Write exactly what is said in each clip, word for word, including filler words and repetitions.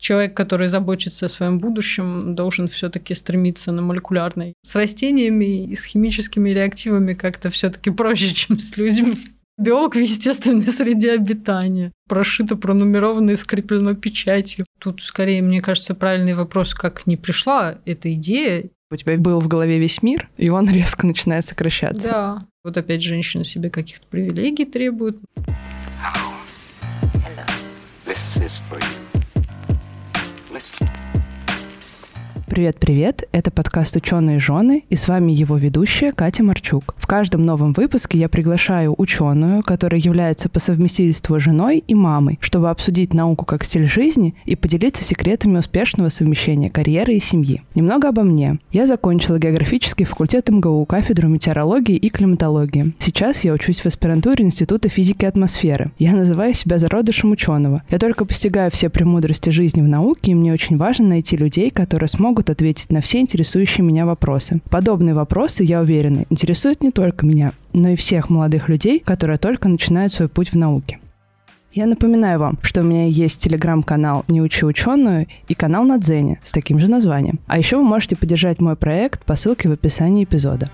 человек, который заботится о своем будущем, должен все-таки стремиться на молекулярной. С растениями и с химическими реактивами как-то все-таки проще, чем с людьми. Биолог в естественной среде обитания. Прошито, пронумеровано и скреплено печатью. Тут, скорее, мне кажется, правильный вопрос, как не пришла эта идея. У тебя был в голове весь мир, и он резко начинает сокращаться. Да. Вот опять женщина себе каких-то привилегий требует. Hello. Hello. This is for you. Listen. Привет-привет, это подкаст «Ученые жены», и с вами его ведущая Катя Марчук. В каждом новом выпуске я приглашаю ученую, которая является по совместительству женой и мамой, чтобы обсудить науку как стиль жизни и поделиться секретами успешного совмещения карьеры и семьи. Немного обо мне. Я закончила географический факультет эм гэ у, кафедру метеорологии и климатологии. Сейчас я учусь в аспирантуре Института физики и атмосферы. Я называю себя зародышем ученого. Я только постигаю все премудрости жизни в науке, и мне очень важно найти людей, которые смогут ответить на все интересующие меня вопросы. Подобные вопросы, я уверена, интересуют не только меня, но и всех молодых людей, которые только начинают свой путь в науке. Я напоминаю вам, что у меня есть телеграм-канал «Не учи ученую» и канал на Дзене с таким же названием. А еще вы можете поддержать мой проект по ссылке в описании эпизода.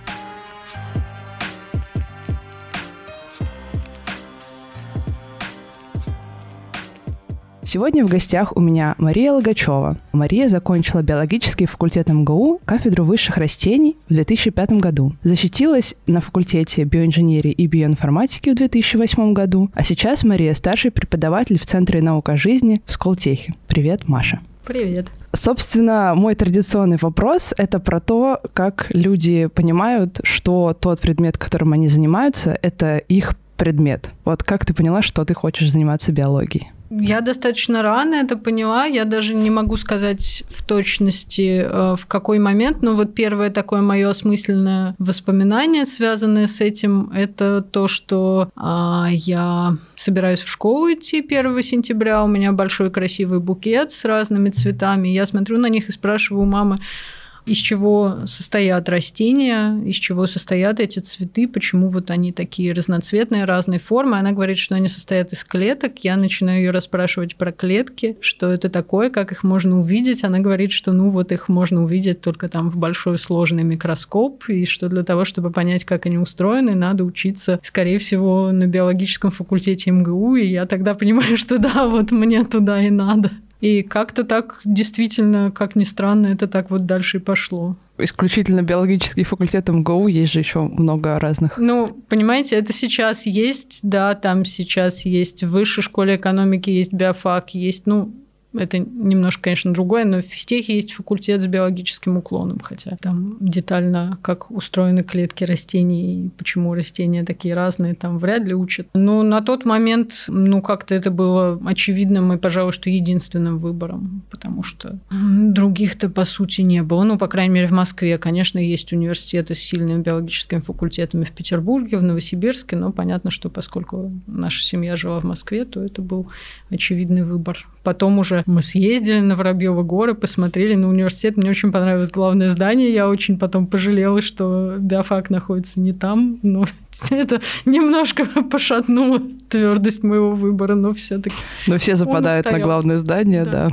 Сегодня в гостях у меня Мария Логачева. Мария закончила биологический факультет эм гэ у, кафедру высших растений в две тысячи пятом году. Защитилась на факультете биоинженерии и биоинформатики в две тысячи восьмом году, а сейчас Мария старший преподаватель в Центре наук о жизни в Сколтехе. Привет, Маша. Привет. Собственно, мой традиционный вопрос — это про то, как люди понимают, что тот предмет, которым они занимаются, это их предмет. Вот как ты поняла, что ты хочешь заниматься биологией? Я достаточно рано это поняла, я даже не могу сказать в точности, в какой момент, но вот первое такое мое осмысленное воспоминание, связанное с этим, это то, что а, я собираюсь в школу идти первого сентября, у меня большой красивый букет с разными цветами, я смотрю на них и спрашиваю у мамы, из чего состоят растения, из чего состоят эти цветы, почему вот они такие разноцветные, разной формы. Она говорит, что они состоят из клеток. Я начинаю ее расспрашивать про клетки, что это такое, как их можно увидеть. Она говорит, что ну вот их можно увидеть только там в большой сложный микроскоп, и что для того, чтобы понять, как они устроены, надо учиться, скорее всего, на биологическом факультете эм гэ у, и я тогда понимаю, что да, вот мне туда и надо. И как-то так, действительно, как ни странно, это так вот дальше и пошло. Исключительно биологический факультет эм гэ у, есть же еще много разных. Ну, понимаете, это сейчас есть, да, там сейчас есть в высшей школе экономики, есть биофак, есть, ну, это немножко, конечно, другое, но в физтехе есть факультет с биологическим уклоном, хотя там детально, как устроены клетки растений и почему растения такие разные, там вряд ли учат. Но на тот момент, ну, как-то это было очевидным и, пожалуй, что единственным выбором, потому что других-то, по сути, не было. Ну, по крайней мере, в Москве, конечно, есть университеты с сильными биологическими факультетами в Петербурге, в Новосибирске, но понятно, что поскольку наша семья жила в Москве, то это был очевидный выбор. Потом уже мы съездили на Воробьёвы горы, посмотрели на университет. Мне очень понравилось главное здание. Я очень потом пожалела, что биофак находится не там. Но это немножко пошатнуло твердость моего выбора, но все-таки. Но все западают на главное здание, да. да.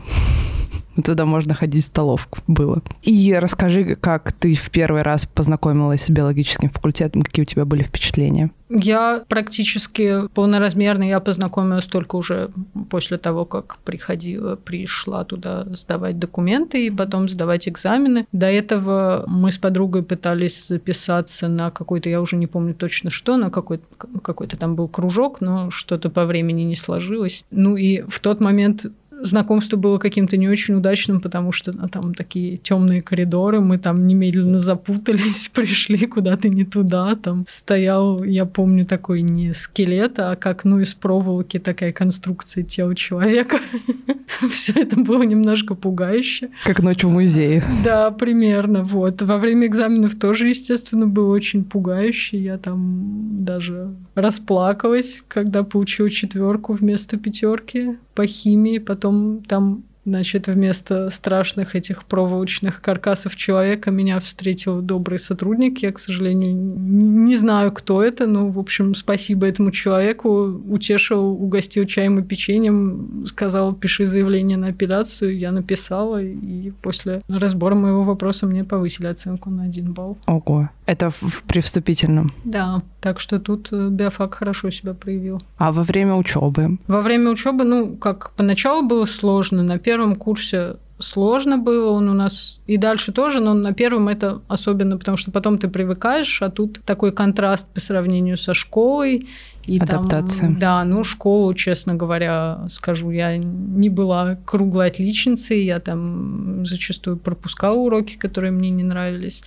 Тогда можно ходить в столовку. Было. И расскажи, как ты в первый раз познакомилась с биологическим факультетом, какие у тебя были впечатления? Я практически полноразмерно, я познакомилась только уже после того, как приходила, пришла туда сдавать документы и потом сдавать экзамены. До этого мы с подругой пытались записаться на какой-то, я уже не помню точно что, на какой-то, какой-то там был кружок, но что-то по времени не сложилось. Ну и в тот момент знакомство было каким-то не очень удачным, потому что ну, там такие темные коридоры, мы там немедленно запутались, пришли куда-то не туда, там стоял, я помню, такой не скелет, а как, ну, из проволоки такая конструкция тела человека. Все это было немножко пугающе. Как ночь в музее. Да, примерно, вот. Во время экзаменов тоже, естественно, было очень пугающе. Я там даже расплакалась, когда получила четверку вместо пятерки по химии. Потом там Значит, вместо страшных этих проволочных каркасов человека меня встретил добрый сотрудник. Я, к сожалению, не знаю, кто это, но, в общем, спасибо этому человеку. Утешил, угостил чаем и печеньем, сказал, пиши заявление на апелляцию. Я написала, и после разбора моего вопроса мне повысили оценку на один балл. Ого. Это в, при вступительном? Да, так что тут биофак хорошо себя проявил. А во время учебы? Во время учебы, ну, как поначалу было сложно. На первом курсе сложно было, он у нас и дальше тоже, но на первом это особенно, потому что потом ты привыкаешь, а тут такой контраст по сравнению со школой. И адаптация. Там, да, ну, школу, честно говоря, скажу, я не была круглой отличницей, я там зачастую пропускала уроки, которые мне не нравились.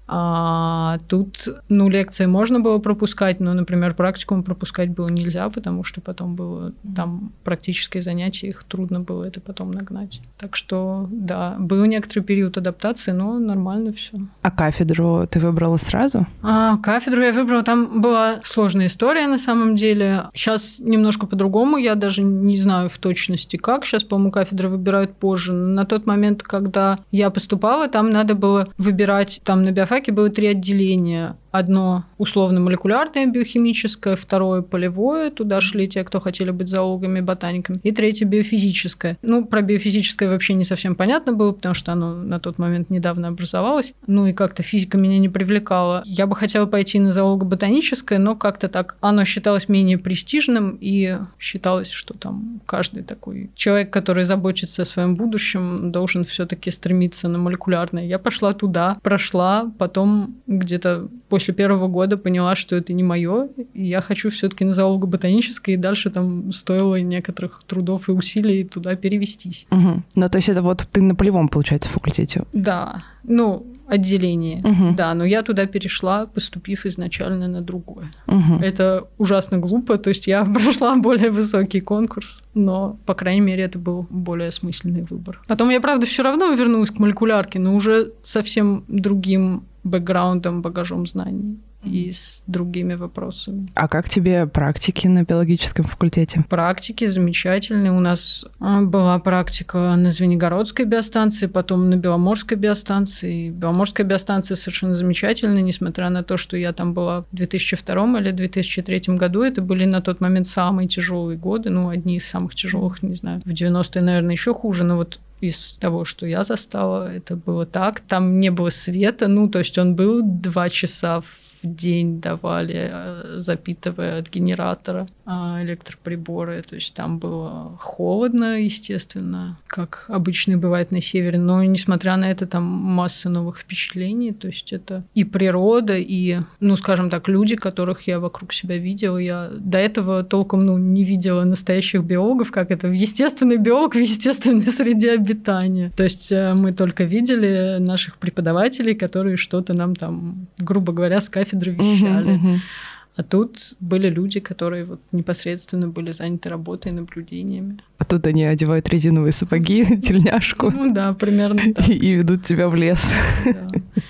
А тут, ну, лекции можно было пропускать, но, например, практикум пропускать было нельзя, потому что потом было там практические занятия, их трудно было это потом нагнать. Так что, да, был некоторый период адаптации, но нормально все. А кафедру ты выбрала сразу? А, кафедру я выбрала, там была сложная история на самом деле. Сейчас немножко по-другому, я даже не знаю в точности как. Сейчас, по-моему, кафедры выбирают позже. На тот момент, когда я поступала, там надо было выбирать, там на биофаке было три отделения. Одно условно-молекулярное биохимическое, второе полевое, туда шли те, кто хотели быть зоологами, ботаниками, и третье биофизическое. Ну, про биофизическое вообще не совсем понятно было, потому что оно на тот момент недавно образовалось. Ну и как-то физика меня не привлекала. Я бы хотела пойти на зоолого-ботаническое, но как-то так оно считалось менее престижным, и считалось, что там каждый такой человек, который заботится о своем будущем, должен все-таки стремиться на молекулярное. Я пошла туда, прошла, потом где-то после первого года поняла, что это не мое, и я хочу все-таки на зоолого-ботаническое, и дальше там стоило некоторых трудов и усилий туда перевестись. Угу. Ну, то есть это вот ты на полевом, получается, факультете? Да, ну, отделение, угу. да, но я туда перешла, поступив изначально на другое. Угу. Это ужасно глупо, то есть я прошла более высокий конкурс, но, по крайней мере, это был более осмысленный выбор. Потом я, правда, все равно вернулась к молекулярке, но уже совсем другим бэкграундом, багажом знаний и с другими вопросами. А как тебе практики на биологическом факультете? Практики замечательные. У нас была практика на Звенигородской биостанции, потом на Беломорской биостанции. Беломорская биостанция совершенно замечательная, несмотря на то, что я там была в две тысячи втором или две тысячи третьем году. Это были на тот момент самые тяжелые годы, ну, одни из самых тяжелых, не знаю. В девяностые, наверное, еще хуже, но вот из того, что я застала, это было так. Там не было света, ну, то есть он был два часа в день давали, запитывая от генератора электроприборы. То есть там было холодно, естественно, как обычно бывает на севере. Но, несмотря на это, там масса новых впечатлений. То есть это и природа, и, ну, скажем так, люди, которых я вокруг себя видела. Я до этого толком, ну, не видела настоящих биологов, как это естественный биолог в естественной среде обитания. То есть мы только видели наших преподавателей, которые что-то нам там, грубо говоря, с кафедры вещали. Uh-huh, uh-huh. А тут были люди, которые вот непосредственно были заняты работой, наблюдениями. А тут они одевают резиновые сапоги, тельняшку. Ну да, примерно так. И ведут тебя в лес. Да.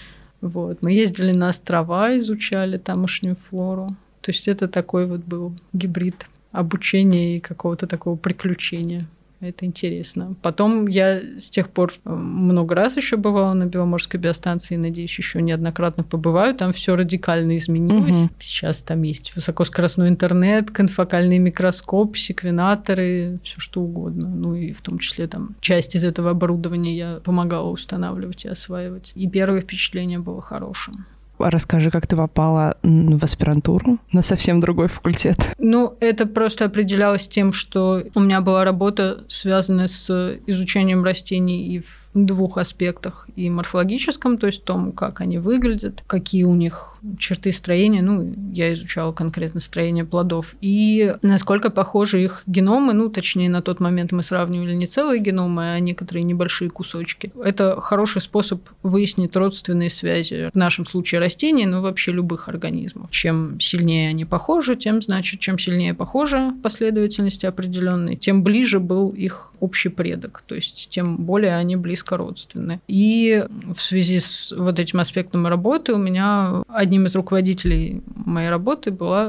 Вот. Мы ездили на острова, изучали тамошнюю флору. То есть это такой вот был гибрид обучения и какого-то такого приключения. Это интересно. Потом я с тех пор много раз еще бывала на Беломорской биостанции, надеюсь, еще неоднократно побываю. Там все радикально изменилось. Угу. Сейчас там есть высокоскоростной интернет, конфокальный микроскоп, секвенаторы, все что угодно. Ну и в том числе там часть из этого оборудования я помогала устанавливать и осваивать. И первое впечатление было хорошим. Расскажи, как ты попала в аспирантуру на совсем другой факультет? Ну, это просто определялось тем, что у меня была работа, связанная с изучением растений и в двух аспектах. И морфологическом, то есть том, как они выглядят, какие у них черты строения. Ну, я изучала конкретно строение плодов. И насколько похожи их геномы. Ну, точнее, на тот момент мы сравнивали не целые геномы, а некоторые небольшие кусочки. Это хороший способ выяснить родственные связи. В нашем случае растений, но вообще любых организмов. Чем сильнее они похожи, тем, значит, чем сильнее похожи последовательности определенные, тем ближе был их общий предок. То есть, тем более они близко родственны. И в связи с вот этим аспектом работы у меня одним из руководителей моей работы была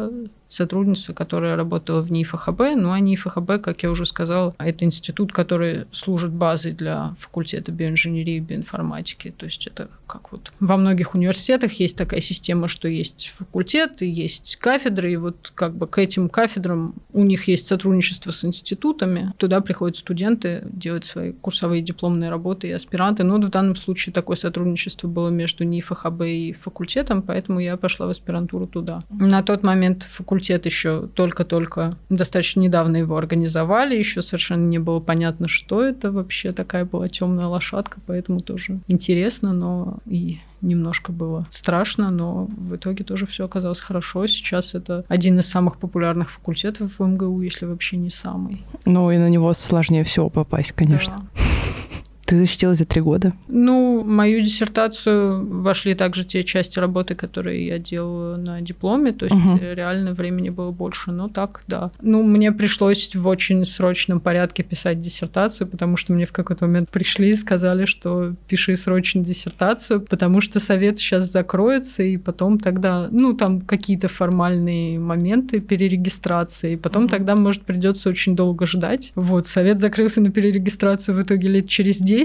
сотрудница, которая работала в НИИ ФХБ. Ну, а НИИ ФХБ, как я уже сказала, это институт, который служит базой для факультета биоинженерии и биоинформатики. То есть это как вот во многих университетах есть такая система, что есть факультет и есть кафедры, и вот как бы к этим кафедрам у них есть сотрудничество с институтами. Туда приходят студенты делать свои курсовые дипломные работы и аспиранты. Но в данном случае такое сотрудничество было между НИИ ФХБ и факультетом, поэтому я пошла в аспирантуру туда. На тот момент факультет еще только-только, достаточно недавно его организовали, еще совершенно не было понятно, что это вообще такая была темная лошадка, поэтому тоже интересно, но и немножко было страшно, но в итоге тоже все оказалось хорошо. Сейчас это один из самых популярных факультетов в МГУ, если вообще не самый. Ну и на него сложнее всего попасть, конечно. Да. Ты защитилась за три года? Ну, мою диссертацию вошли также те части работы, которые я делала на дипломе, то есть угу. реально времени было больше, но так, да. Ну, мне пришлось в очень срочном порядке писать диссертацию, потому что мне в какой-то момент пришли и сказали, что пиши срочно диссертацию, потому что совет сейчас закроется, и потом тогда, ну, там какие-то формальные моменты перерегистрации, и потом угу. тогда, может, придется очень долго ждать. Вот, совет закрылся на перерегистрацию в итоге лет через десять,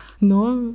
но,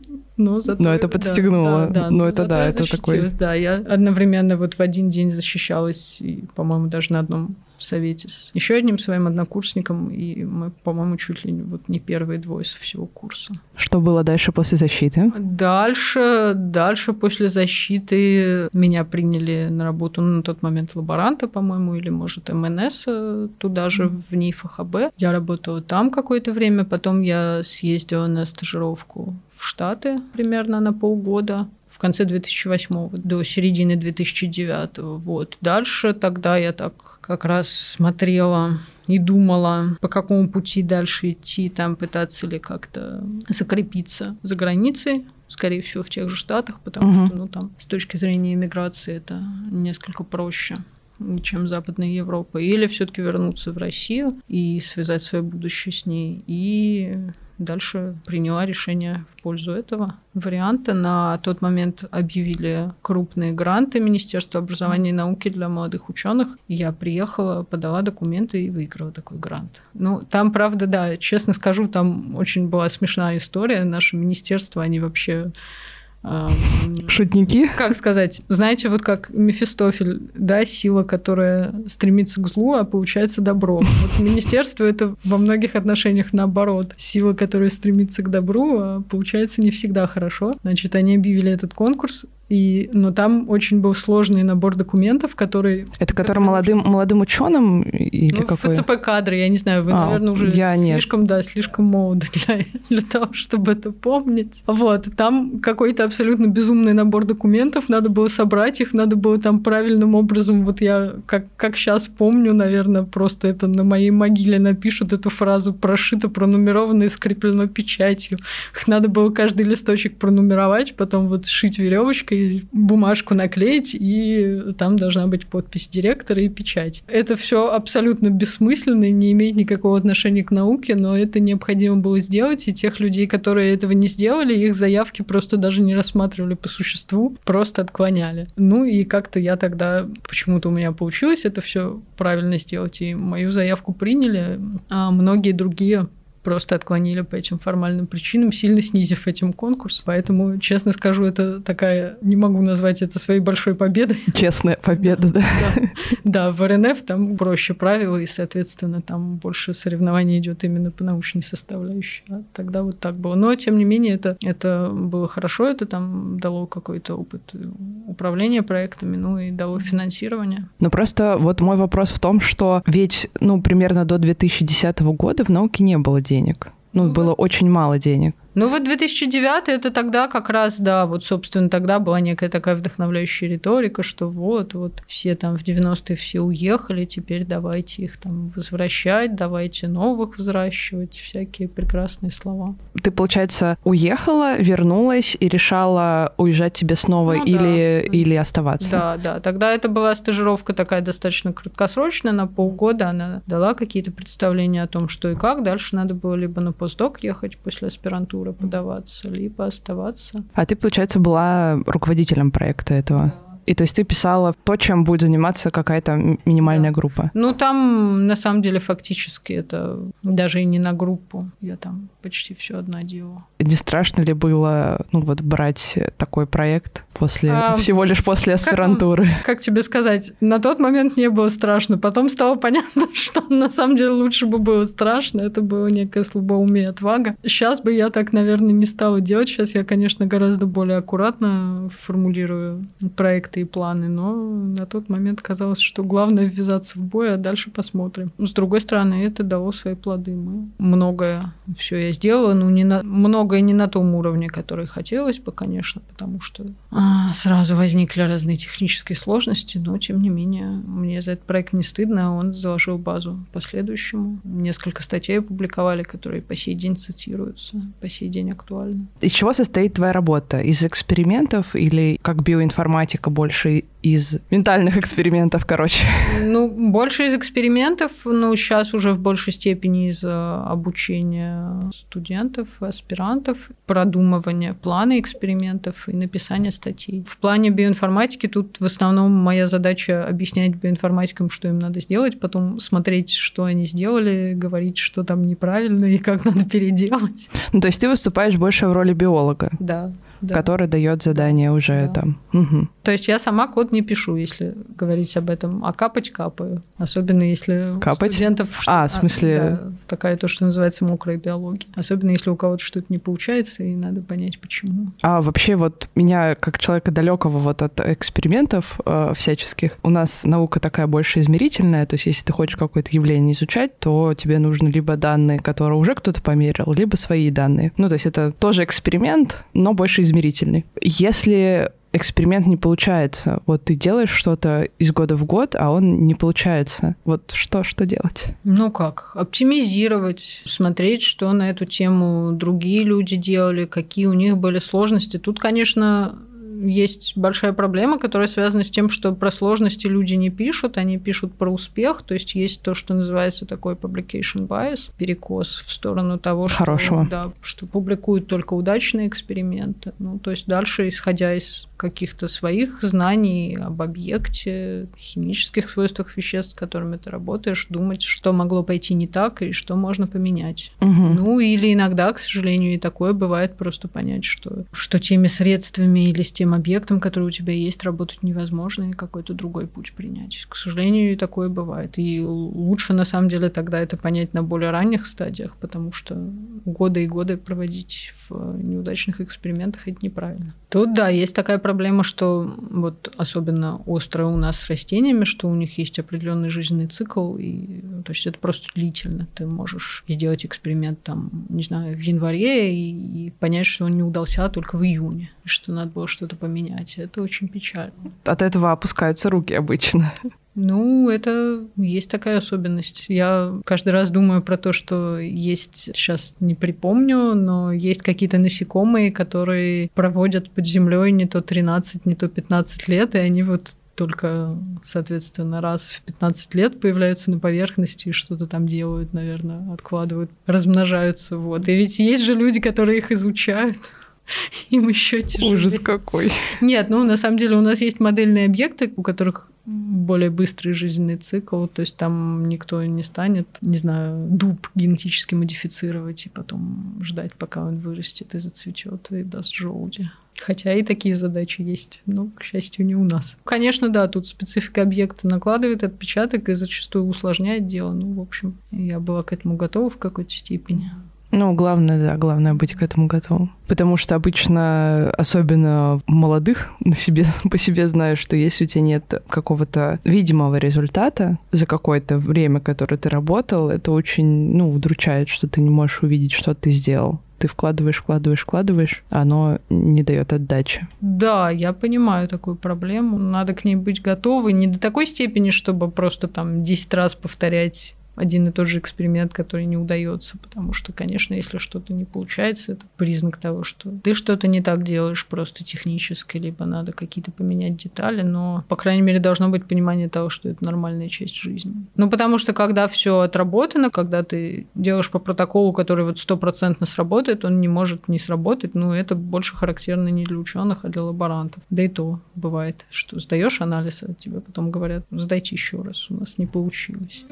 но зато... Но это подстегнуло. Да, да, но но это да, это такой... Да, я одновременно вот в один день защищалась, и, по-моему, даже на одном совете с еще одним своим однокурсником, и мы, по-моему, чуть ли не, вот не первые двое со всего курса. Что было дальше после защиты? Дальше, дальше после защиты меня приняли на работу, ну, на тот момент лаборанта, по-моему, или, может, эм эн эс туда же, mm-hmm. в НИИ ФХБ. Я работала там какое-то время, потом я съездила на стажировку в Штаты примерно на полгода. В конце две тысячи восьмого до середины две тысячи девятого. Вот. Дальше тогда я так как раз смотрела и думала, по какому пути дальше идти, там пытаться ли как-то закрепиться за границей, скорее всего, в тех же Штатах, потому угу. что ну, там, с точки зрения иммиграции это несколько проще, чем Западная Европа. Или все-таки вернуться в Россию и связать свое будущее с ней. И дальше приняла решение в пользу этого варианта. На тот момент объявили крупные гранты Министерства образования и науки для молодых ученых. Я приехала, подала документы и выиграла такой грант. Ну, там, правда, да, честно скажу, там очень была смешная история. Наше министерство, они вообще... Шутники? Как сказать? Знаете, вот как Мефистофель, да, сила, которая стремится к злу, а получается добро. Вот министерство — это во многих отношениях наоборот. Сила, которая стремится к добру, а получается не всегда хорошо. Значит, они объявили этот конкурс, и, но там очень был сложный набор документов, которые... Это который молодым, молодым ученым или ну, какой? ФЦП-кадры, я не знаю, вы, а, наверное, уже слишком, нет. да, слишком молоды для, для того, чтобы это помнить. Вот, там какой-то абсолютно безумный набор документов, надо было собрать их, надо было там правильным образом, вот я как, как сейчас помню, наверное, просто это на моей могиле напишут эту фразу «прошито, пронумеровано и скреплено печатью». Их надо было каждый листочек пронумеровать, потом вот сшить веревочкой, бумажку наклеить, и там должна быть подпись директора и печать. Это все абсолютно бессмысленно и не имеет никакого отношения к науке, но это необходимо было сделать, и тех людей, которые этого не сделали, их заявки просто даже не рассматривали по существу, просто отклоняли. Ну и как-то я тогда, почему-то у меня получилось это все правильно сделать, и мою заявку приняли, а многие другие просто отклонили по этим формальным причинам, сильно снизив этим конкурс. Поэтому, честно скажу, это такая... Не могу назвать это своей большой победой. Честная победа, да. Да, да, в эр эн эф там проще правила, и, соответственно, там больше соревнований идет именно по научной составляющей. А тогда вот так было. Но, тем не менее, это, это было хорошо, это там дало какой-то опыт управления проектами, ну и дало финансирование. Ну просто вот мой вопрос в том, что ведь, ну, примерно до две тысячи десятого года в науке не было денег. денег. Ну, ну было вот. очень мало денег. Ну вот две тысячи девятый это тогда как раз, да, вот, собственно, тогда была некая такая вдохновляющая риторика, что вот, вот все там в девяностые все уехали, теперь давайте их там возвращать, давайте новых взращивать, всякие прекрасные слова. Ты, получается, уехала, вернулась и решала, уезжать тебе снова ну, или, да. или оставаться? Да, да, тогда это была стажировка такая достаточно краткосрочная, на полгода она дала какие-то представления о том, что и как, дальше надо было либо на постдок ехать после аспирантуры, подаваться, либо оставаться. А ты, получается, была руководителем проекта этого? И то есть ты писала то, чем будет заниматься какая-то минимальная да. группа? Ну, там, на самом деле, фактически это даже и не на группу. Я там почти все одна делала. Не страшно ли было, ну, вот брать такой проект после, а, всего лишь после аспирантуры? Как, как тебе сказать? На тот момент не было страшно. Потом стало понятно, что на самом деле лучше бы было страшно. Это было некое слабоумие и отвага. Сейчас бы я так, наверное, не стала делать. Сейчас я, конечно, гораздо более аккуратно формулирую проекты и планы, но на тот момент казалось, что главное ввязаться в бой, а дальше посмотрим. С другой стороны, это дало свои плоды. Мы многое все я сделала, но не на... многое не на том уровне, который хотелось бы, конечно, потому что а, сразу возникли разные технические сложности, но, тем не менее, мне за этот проект не стыдно, он заложил базу последующему. Несколько статей опубликовали, которые по сей день цитируются, по сей день актуальны. Из чего состоит твоя работа? Из экспериментов или как биоинформатика больше из ментальных экспериментов, короче? Ну, больше из экспериментов, но сейчас уже в большей степени из обучения студентов, аспирантов, продумывания плана экспериментов и написания статей. В плане биоинформатики тут в основном моя задача объяснять биоинформатикам, что им надо сделать, потом смотреть, что они сделали, говорить, что там неправильно и как надо переделать. Ну, то есть ты выступаешь больше в роли биолога? Да. Да. Который дает задание да. уже да. там. Угу. То есть я сама код не пишу, если говорить об этом, а капать капаю. Особенно если капать? у студентов... А, в смысле... Да, такая то, что называется мокрая биология. Особенно если у кого-то что-то не получается, и надо понять, почему. А вообще вот меня, как человека далекого вот от экспериментов э, всяческих, у нас наука такая больше измерительная, то есть если ты хочешь какое-то явление изучать, то тебе нужны либо данные, которые уже кто-то померил, либо свои данные. Ну, то есть это тоже эксперимент, но больше измерительный. Если эксперимент не получается, вот ты делаешь что-то из года в год, а он не получается, вот что, что делать? Ну как? Оптимизировать, смотреть, что на эту тему другие люди делали, какие у них были сложности. Тут, конечно, есть большая проблема, которая связана с тем, что про сложности люди не пишут, они пишут про успех, то есть есть то, что называется такой publication bias, перекос в сторону того, что, да, что публикуют только удачные эксперименты. Ну, то есть дальше, исходя из каких-то своих знаний об объекте, химических свойствах веществ, с которыми ты работаешь, думать, что могло пойти не так и что можно поменять. Угу. Ну, или иногда, к сожалению, и такое бывает, просто понять, что, что теми средствами или с тем объектом, который у тебя есть, работать невозможно, и какой-то другой путь принять. К сожалению, и такое бывает. И лучше, на самом деле, тогда это понять на более ранних стадиях, потому что годы и годы проводить в неудачных экспериментах – это неправильно. Тут, да, есть такая проблема, что вот особенно острая у нас с растениями, что у них есть определенный жизненный цикл, и, то есть это просто длительно. Ты можешь сделать эксперимент, там, не знаю, в январе и, и понять, что он не удался только в июне, что надо было что-то поменять. Это очень печально. От этого опускаются руки обычно. Ну, это есть такая особенность. Я каждый раз думаю про то, что есть, сейчас не припомню, но есть какие-то насекомые, которые проводят под землей не то тринадцать, не то пятнадцать лет, и они вот только, соответственно, раз в пятнадцать лет появляются на поверхности и что-то там делают, наверное, откладывают, размножаются. Вот. И ведь есть же люди, которые их изучают. Им еще тяжелее. Ужас какой. Нет, ну, на самом деле у нас есть модельные объекты, у которых более быстрый жизненный цикл, то есть там никто не станет, не знаю, дуб генетически модифицировать и потом ждать, пока он вырастет и зацветет и даст желуди. Хотя и такие задачи есть, но, к счастью, не у нас. Конечно, да, тут специфика объекта накладывает отпечаток и зачастую усложняет дело. Ну, в общем, я была к этому готова в какой-то степени. Ну, главное, да, главное быть к этому готовым. Потому что обычно, особенно молодых, на себе, по себе знаю, что если у тебя нет какого-то видимого результата за какое-то время, которое ты работал, это очень, ну, удручает, что ты не можешь увидеть, что ты сделал. Ты вкладываешь, вкладываешь, вкладываешь, а оно не дает отдачи. Да, я понимаю такую проблему. Надо к ней быть готовой. Не до такой степени, чтобы просто там десять раз повторять один и тот же эксперимент, который не удается, потому что, конечно, если что-то не получается, это признак того, что ты что-то не так делаешь просто технически, либо надо какие-то поменять детали, но, по крайней мере, должно быть понимание того, что это нормальная часть жизни. Ну, потому что, когда все отработано, когда ты делаешь по протоколу, который вот стопроцентно сработает, он не может не сработать, ну, это больше характерно не для ученых, а для лаборантов. Да и то бывает, что сдаешь анализ, а тебе потом говорят, сдайте еще раз, у нас не получилось.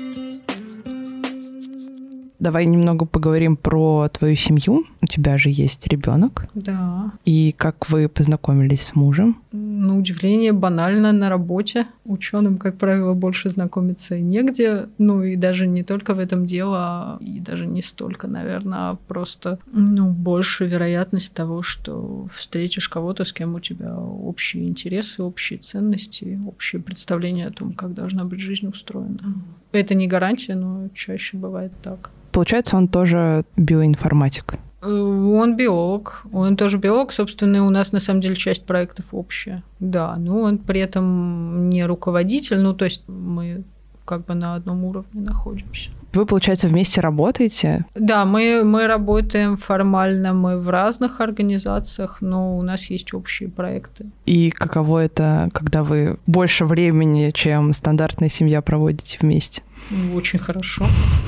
Давай немного поговорим про твою семью. У тебя же есть ребенок. Да. И как вы познакомились с мужем? На удивление, банально на работе. Ученым, как правило, больше знакомиться негде. Ну и даже не только в этом дело, и даже не столько, наверное, а просто ну, больше вероятность того, что встретишь кого-то, с кем у тебя общие интересы, общие ценности, общее представление о том, как должна быть жизнь устроена. Это не гарантия, но чаще бывает так. Получается, он тоже биоинформатик. Он биолог. Он тоже биолог. Собственно, у нас на самом деле часть проектов общая. Да, но он при этом не руководитель. Ну, то есть мы как бы на одном уровне находимся. Вы, получается, вместе работаете? Да, мы, мы работаем формально, мы в разных организациях, но у нас есть общие проекты. И каково это, когда вы больше времени, чем стандартная семья, проводите вместе? Очень хорошо.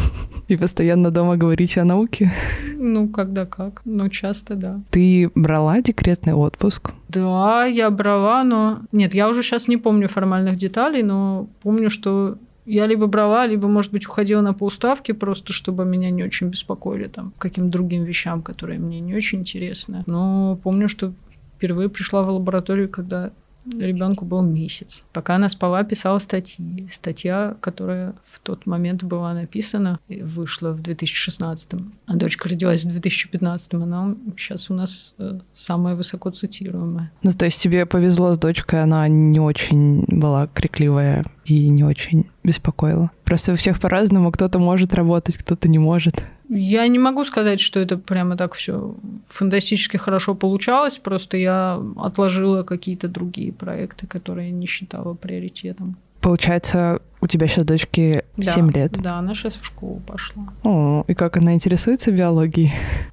И постоянно дома говорите о науке? Ну, когда как, но часто, да. Ты брала декретный отпуск? Да, я брала, но... Нет, я уже сейчас не помню формальных деталей, но помню, что я либо брала, либо, может быть, уходила на полставки, просто чтобы меня не очень беспокоили там каким-то другим вещам, которые мне не очень интересны. Но помню, что впервые пришла в лабораторию, когда ребенку был месяц. Пока она спала, писала статьи. Статья, которая в тот момент была написана, вышла в две тысячи шестнадцатом. А дочка родилась в две тысячи пятнадцатом. Она сейчас у нас самая высоко цитируемая. Ну, то есть тебе повезло с дочкой, она не очень была крикливая и не очень беспокоила. Просто у всех по-разному. Кто-то может работать, кто-то не может. Я не могу сказать, что это прямо так все фантастически хорошо получалось, просто я отложила какие-то другие проекты, которые не считала приоритетом. Получается, у тебя сейчас дочке семь да, лет? Да, она сейчас в школу пошла. О, и как она интересуется биологией?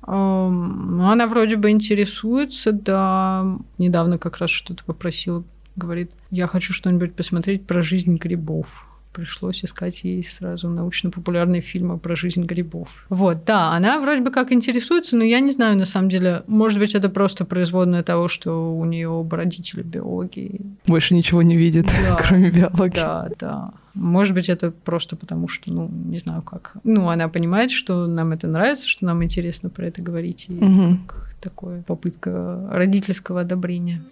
Она вроде бы интересуется, да. Недавно как раз что-то попросила, говорит, я хочу что-нибудь посмотреть про жизнь грибов. Пришлось искать ей сразу научно-популярные фильмы про жизнь грибов. Вот, да, она вроде бы как интересуется, но я не знаю, на самом деле, может быть, это просто производное того, что у нее оба родителя биологи. Больше ничего не видит, да, кроме биологии. Да, да. Может быть, это просто потому, что, ну, не знаю как. Ну, она понимает, что нам это нравится, что нам интересно про это говорить. И угу. Как такое попытка родительского одобрения.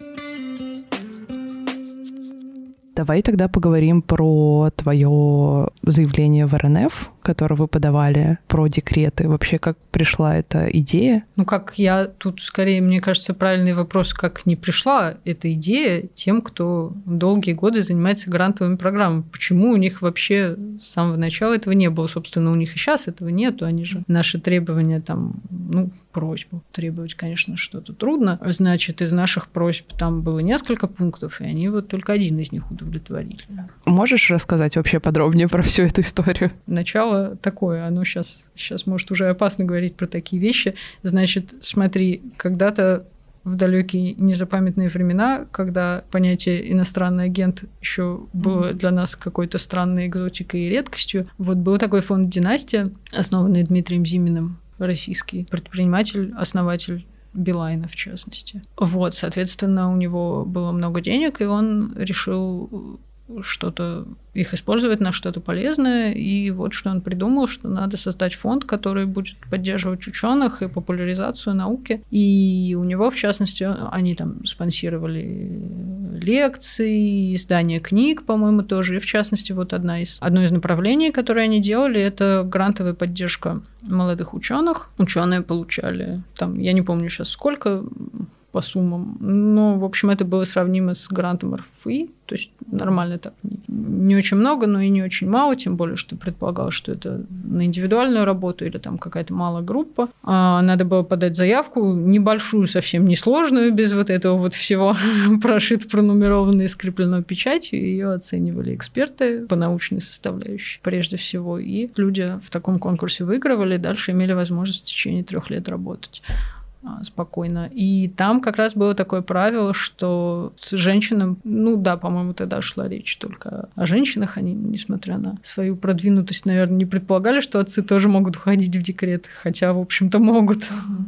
Давай тогда поговорим про твое заявление в эр эн эф, которое вы подавали, про декреты. Вообще, как пришла эта идея? Ну, как я тут, скорее, мне кажется, правильный вопрос, как не пришла эта идея тем, кто долгие годы занимается грантовыми программами. Почему у них вообще с самого начала этого не было? Собственно, у них и сейчас этого нету. Они же наши требования там, ну, просьбу требовать, конечно, что-то трудно. Значит, из наших просьб там было несколько пунктов, и они вот только один из них удовлетворили. Можешь рассказать вообще подробнее про всю эту историю? Начало такое, оно сейчас, сейчас может уже опасно говорить про такие вещи. Значит, смотри, когда-то в далекие незапамятные времена, когда понятие иностранный агент еще было для нас какой-то странной экзотикой и редкостью, вот был такой фонд «Династия», основанный Дмитрием Зиминым, российский предприниматель, основатель Билайна, в частности. Вот, соответственно, у него было много денег, и он решил что-то их использовать на что-то полезное. И вот что он придумал, что надо создать фонд, который будет поддерживать ученых и популяризацию науки. И у него, в частности, они там спонсировали лекции, издание книг, по-моему, тоже. И, в частности, вот одна из, одно из направлений, которое они делали, это грантовая поддержка молодых ученых. Ученые получали, там, я не помню сейчас сколько, по суммам. Но, в общем, это было сравнимо с грантом эр эф и, то есть нормально так. Не очень много, но и не очень мало, тем более, что предполагалось, что это на индивидуальную работу или там какая-то малая группа. А надо было подать заявку, небольшую, совсем несложную, без вот этого вот всего прошито, пронумерованной, скреплено печатью. Ее оценивали эксперты по научной составляющей прежде всего. И люди в таком конкурсе выигрывали, дальше имели возможность в течение трех лет работать спокойно. И там как раз было такое правило, что с женщинам, ну да, по-моему, тогда шла речь только о женщинах, они, несмотря на свою продвинутость, наверное, не предполагали, что отцы тоже могут уходить в декрет, хотя, в общем-то, могут.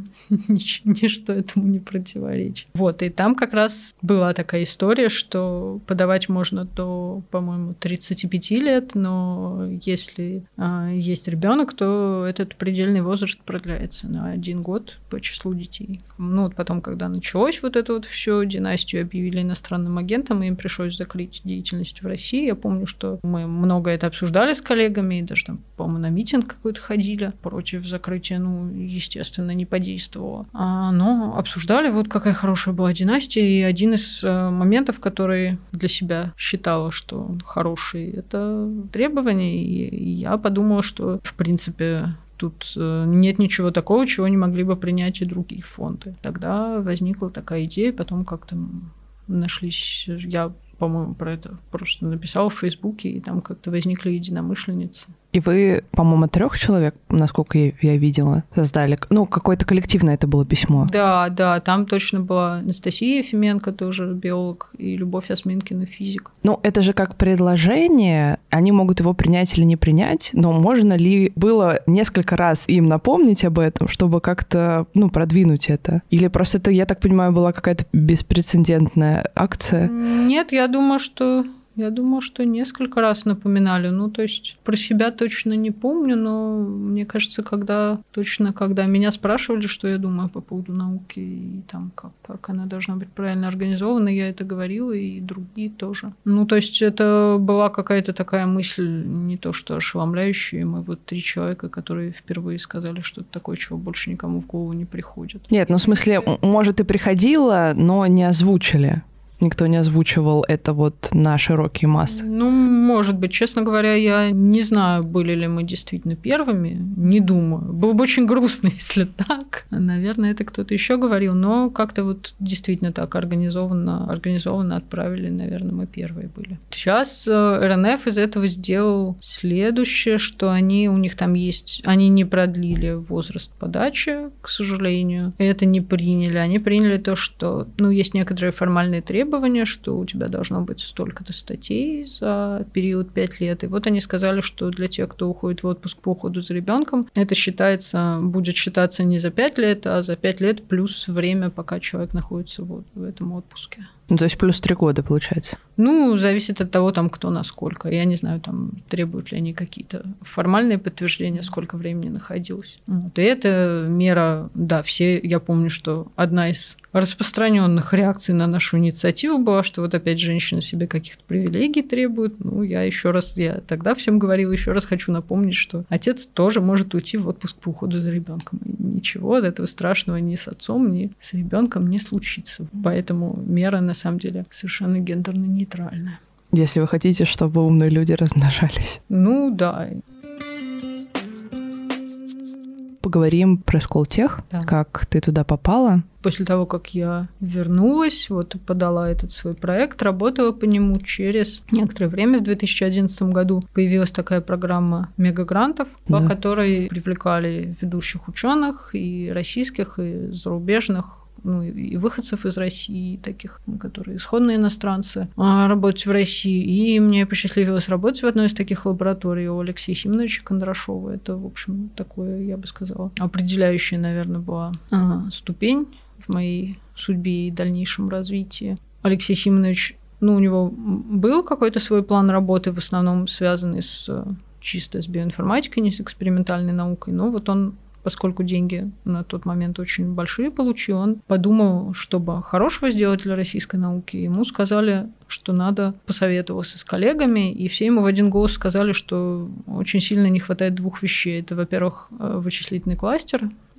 Ничто этому не противоречит. Вот, и там как раз была такая история, что подавать можно до, по-моему, тридцати пяти лет, но если а, есть ребенок, то этот предельный возраст продляется на один год по числу детей. Ну, вот потом, когда началось вот это вот все, династию объявили иностранным агентом, и им пришлось закрыть деятельность в России. Я помню, что мы много это обсуждали с коллегами, и даже там, по-моему, на митинг какой-то ходили против закрытия, ну, естественно, не подействовало. А, но обсуждали, вот какая хорошая была династия, и один из моментов, который для себя считала, что он хороший, это требования, и я подумала, что, в принципе, тут нет ничего такого, чего не могли бы принять и другие фонды. Тогда возникла такая идея, потом как-то нашлись... Я, по-моему, про это просто написала в Фейсбуке, и там как-то возникли единомышленницы. И вы, по-моему, трех человек, насколько я, я видела, создали. Ну, какое-то коллективное это было письмо. Да, да, там точно была Анастасия Ефименко, тоже биолог, и Любовь Осминкина, физик. Ну, это же как предложение, они могут его принять или не принять, но можно ли было несколько раз им напомнить об этом, чтобы как-то, ну, продвинуть это? Или просто это, я так понимаю, была какая-то беспрецедентная акция? Нет, я думаю, что... Я думаю, что несколько раз напоминали. Ну, то есть про себя точно не помню, но мне кажется, когда точно, когда меня спрашивали, что я думаю по поводу науки и там, как, как она должна быть правильно организована, я это говорила, и другие тоже. Ну, то есть это была какая-то такая мысль, не то что ошеломляющая. Мы вот три человека, которые впервые сказали что-то такое, чего больше никому в голову не приходит. Нет, ну, в смысле, может, и приходило, но не озвучили. Никто не озвучивал это вот на широкие массы. Ну, может быть. Честно говоря, я не знаю, были ли мы действительно первыми. Не думаю. Было бы очень грустно, если так. Наверное, это кто-то еще говорил. Но как-то вот действительно так организованно, организованно отправили. Наверное, мы первые были. Сейчас эр эн эф из этого сделал следующее, что они, у них там есть... Они не продлили возраст подачи, к сожалению. Это не приняли. Они приняли то, что... Ну, есть некоторые формальные требования, что у тебя должно быть столько-то статей за период пять лет. И вот они сказали, что для тех, кто уходит в отпуск по уходу за ребенком, это считается, будет считаться не за пять лет, а за пять лет плюс время, пока человек находится вот в этом отпуске. Ну, то есть плюс три года, получается? Ну, зависит от того, там, кто насколько. Я не знаю, там, требуют ли они какие-то формальные подтверждения, сколько времени находилось. Вот. И эта мера, да, все, я помню, что одна из распространенных реакций на нашу инициативу была, что вот опять женщины себе каких-то привилегий требуют. Ну, я еще раз, я тогда всем говорила, еще раз хочу напомнить, что отец тоже может уйти в отпуск по уходу за ребенком. И ничего от этого страшного ни с отцом, ни с ребенком не случится. Поэтому мера на самом деле совершенно гендерно нейтральная. Если вы хотите, чтобы умные люди размножались. Ну, да. Поговорим про Сколтех, да. Как ты туда попала. После того, как я вернулась, вот подала этот свой проект, работала по нему через некоторое время. В две тысячи одиннадцатом году появилась такая программа мегагрантов, да. По которой привлекали ведущих ученых и российских, и зарубежных, ну, и выходцев из России, таких, которые исходные иностранцы, работать в России. И мне посчастливилось работать в одной из таких лабораторий у Алексея Симоновича Кондрашова. Это, в общем, такое, я бы сказала, определяющая, наверное, была ага, ступень в моей судьбе и дальнейшем развитии. Алексей Симонович, ну, у него был какой-то свой план работы, в основном связанный с чисто с биоинформатикой, не с экспериментальной наукой, но вот он, поскольку деньги на тот момент очень большие получил, он подумал, чтобы хорошего сделать для российской науки. Ему сказали, что надо посоветоваться с коллегами, и все ему в один голос сказали, что очень сильно не хватает двух вещей. Это, во-первых, вычислительный кластер,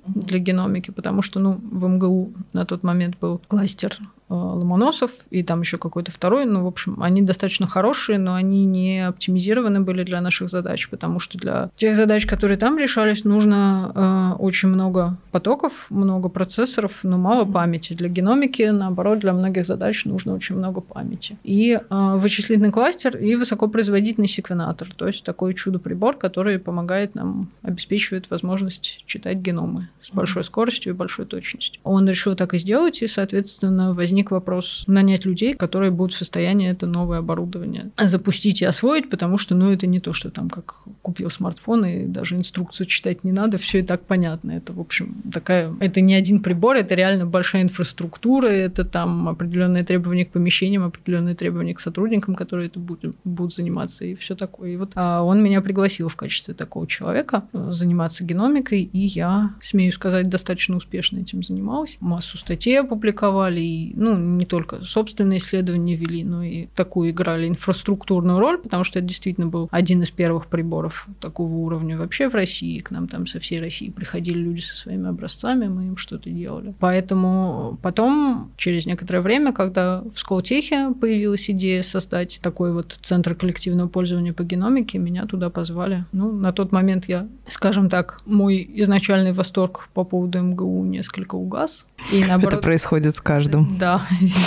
для геномики, потому что, ну, в МГУ на тот момент был кластер Ломоносов, и там еще какой-то второй. Ну, в общем, они достаточно хорошие, но они не оптимизированы были для наших задач, потому что для тех задач, которые там решались, нужно э, очень много потоков, много процессоров, но мало памяти. Для геномики, наоборот, для многих задач нужно очень много памяти. И э, вычислительный кластер, и высокопроизводительный секвенатор, то есть такой чудо-прибор, который помогает нам, обеспечивает возможность читать геномы с большой скоростью и большой точностью. Он решил так и сделать, и, соответственно, возник возник вопрос нанять людей, которые будут в состоянии это новое оборудование запустить и освоить, потому что, ну, это не то, что там как купил смартфон и даже инструкцию читать не надо, все и так понятно. Это, в общем, такая... Это не один прибор, это реально большая инфраструктура, это там определенные требования к помещениям, определенные требования к сотрудникам, которые это будут, будут заниматься, и все такое. И вот а он меня пригласил в качестве такого человека заниматься геномикой, и я, смею сказать, достаточно успешно этим занималась. Массу статей опубликовали, и ну, не только собственные исследования вели, но и такую играли инфраструктурную роль, потому что это действительно был один из первых приборов такого уровня вообще в России. К нам там со всей России приходили люди со своими образцами, мы им что-то делали. Поэтому потом, через некоторое время, когда в Сколтехе появилась идея создать такой вот центр коллективного пользования по геномике, меня туда позвали. Ну, на тот момент я, скажем так, мой изначальный восторг по поводу МГУ несколько угас. И наоборот... Это происходит с каждым. Да.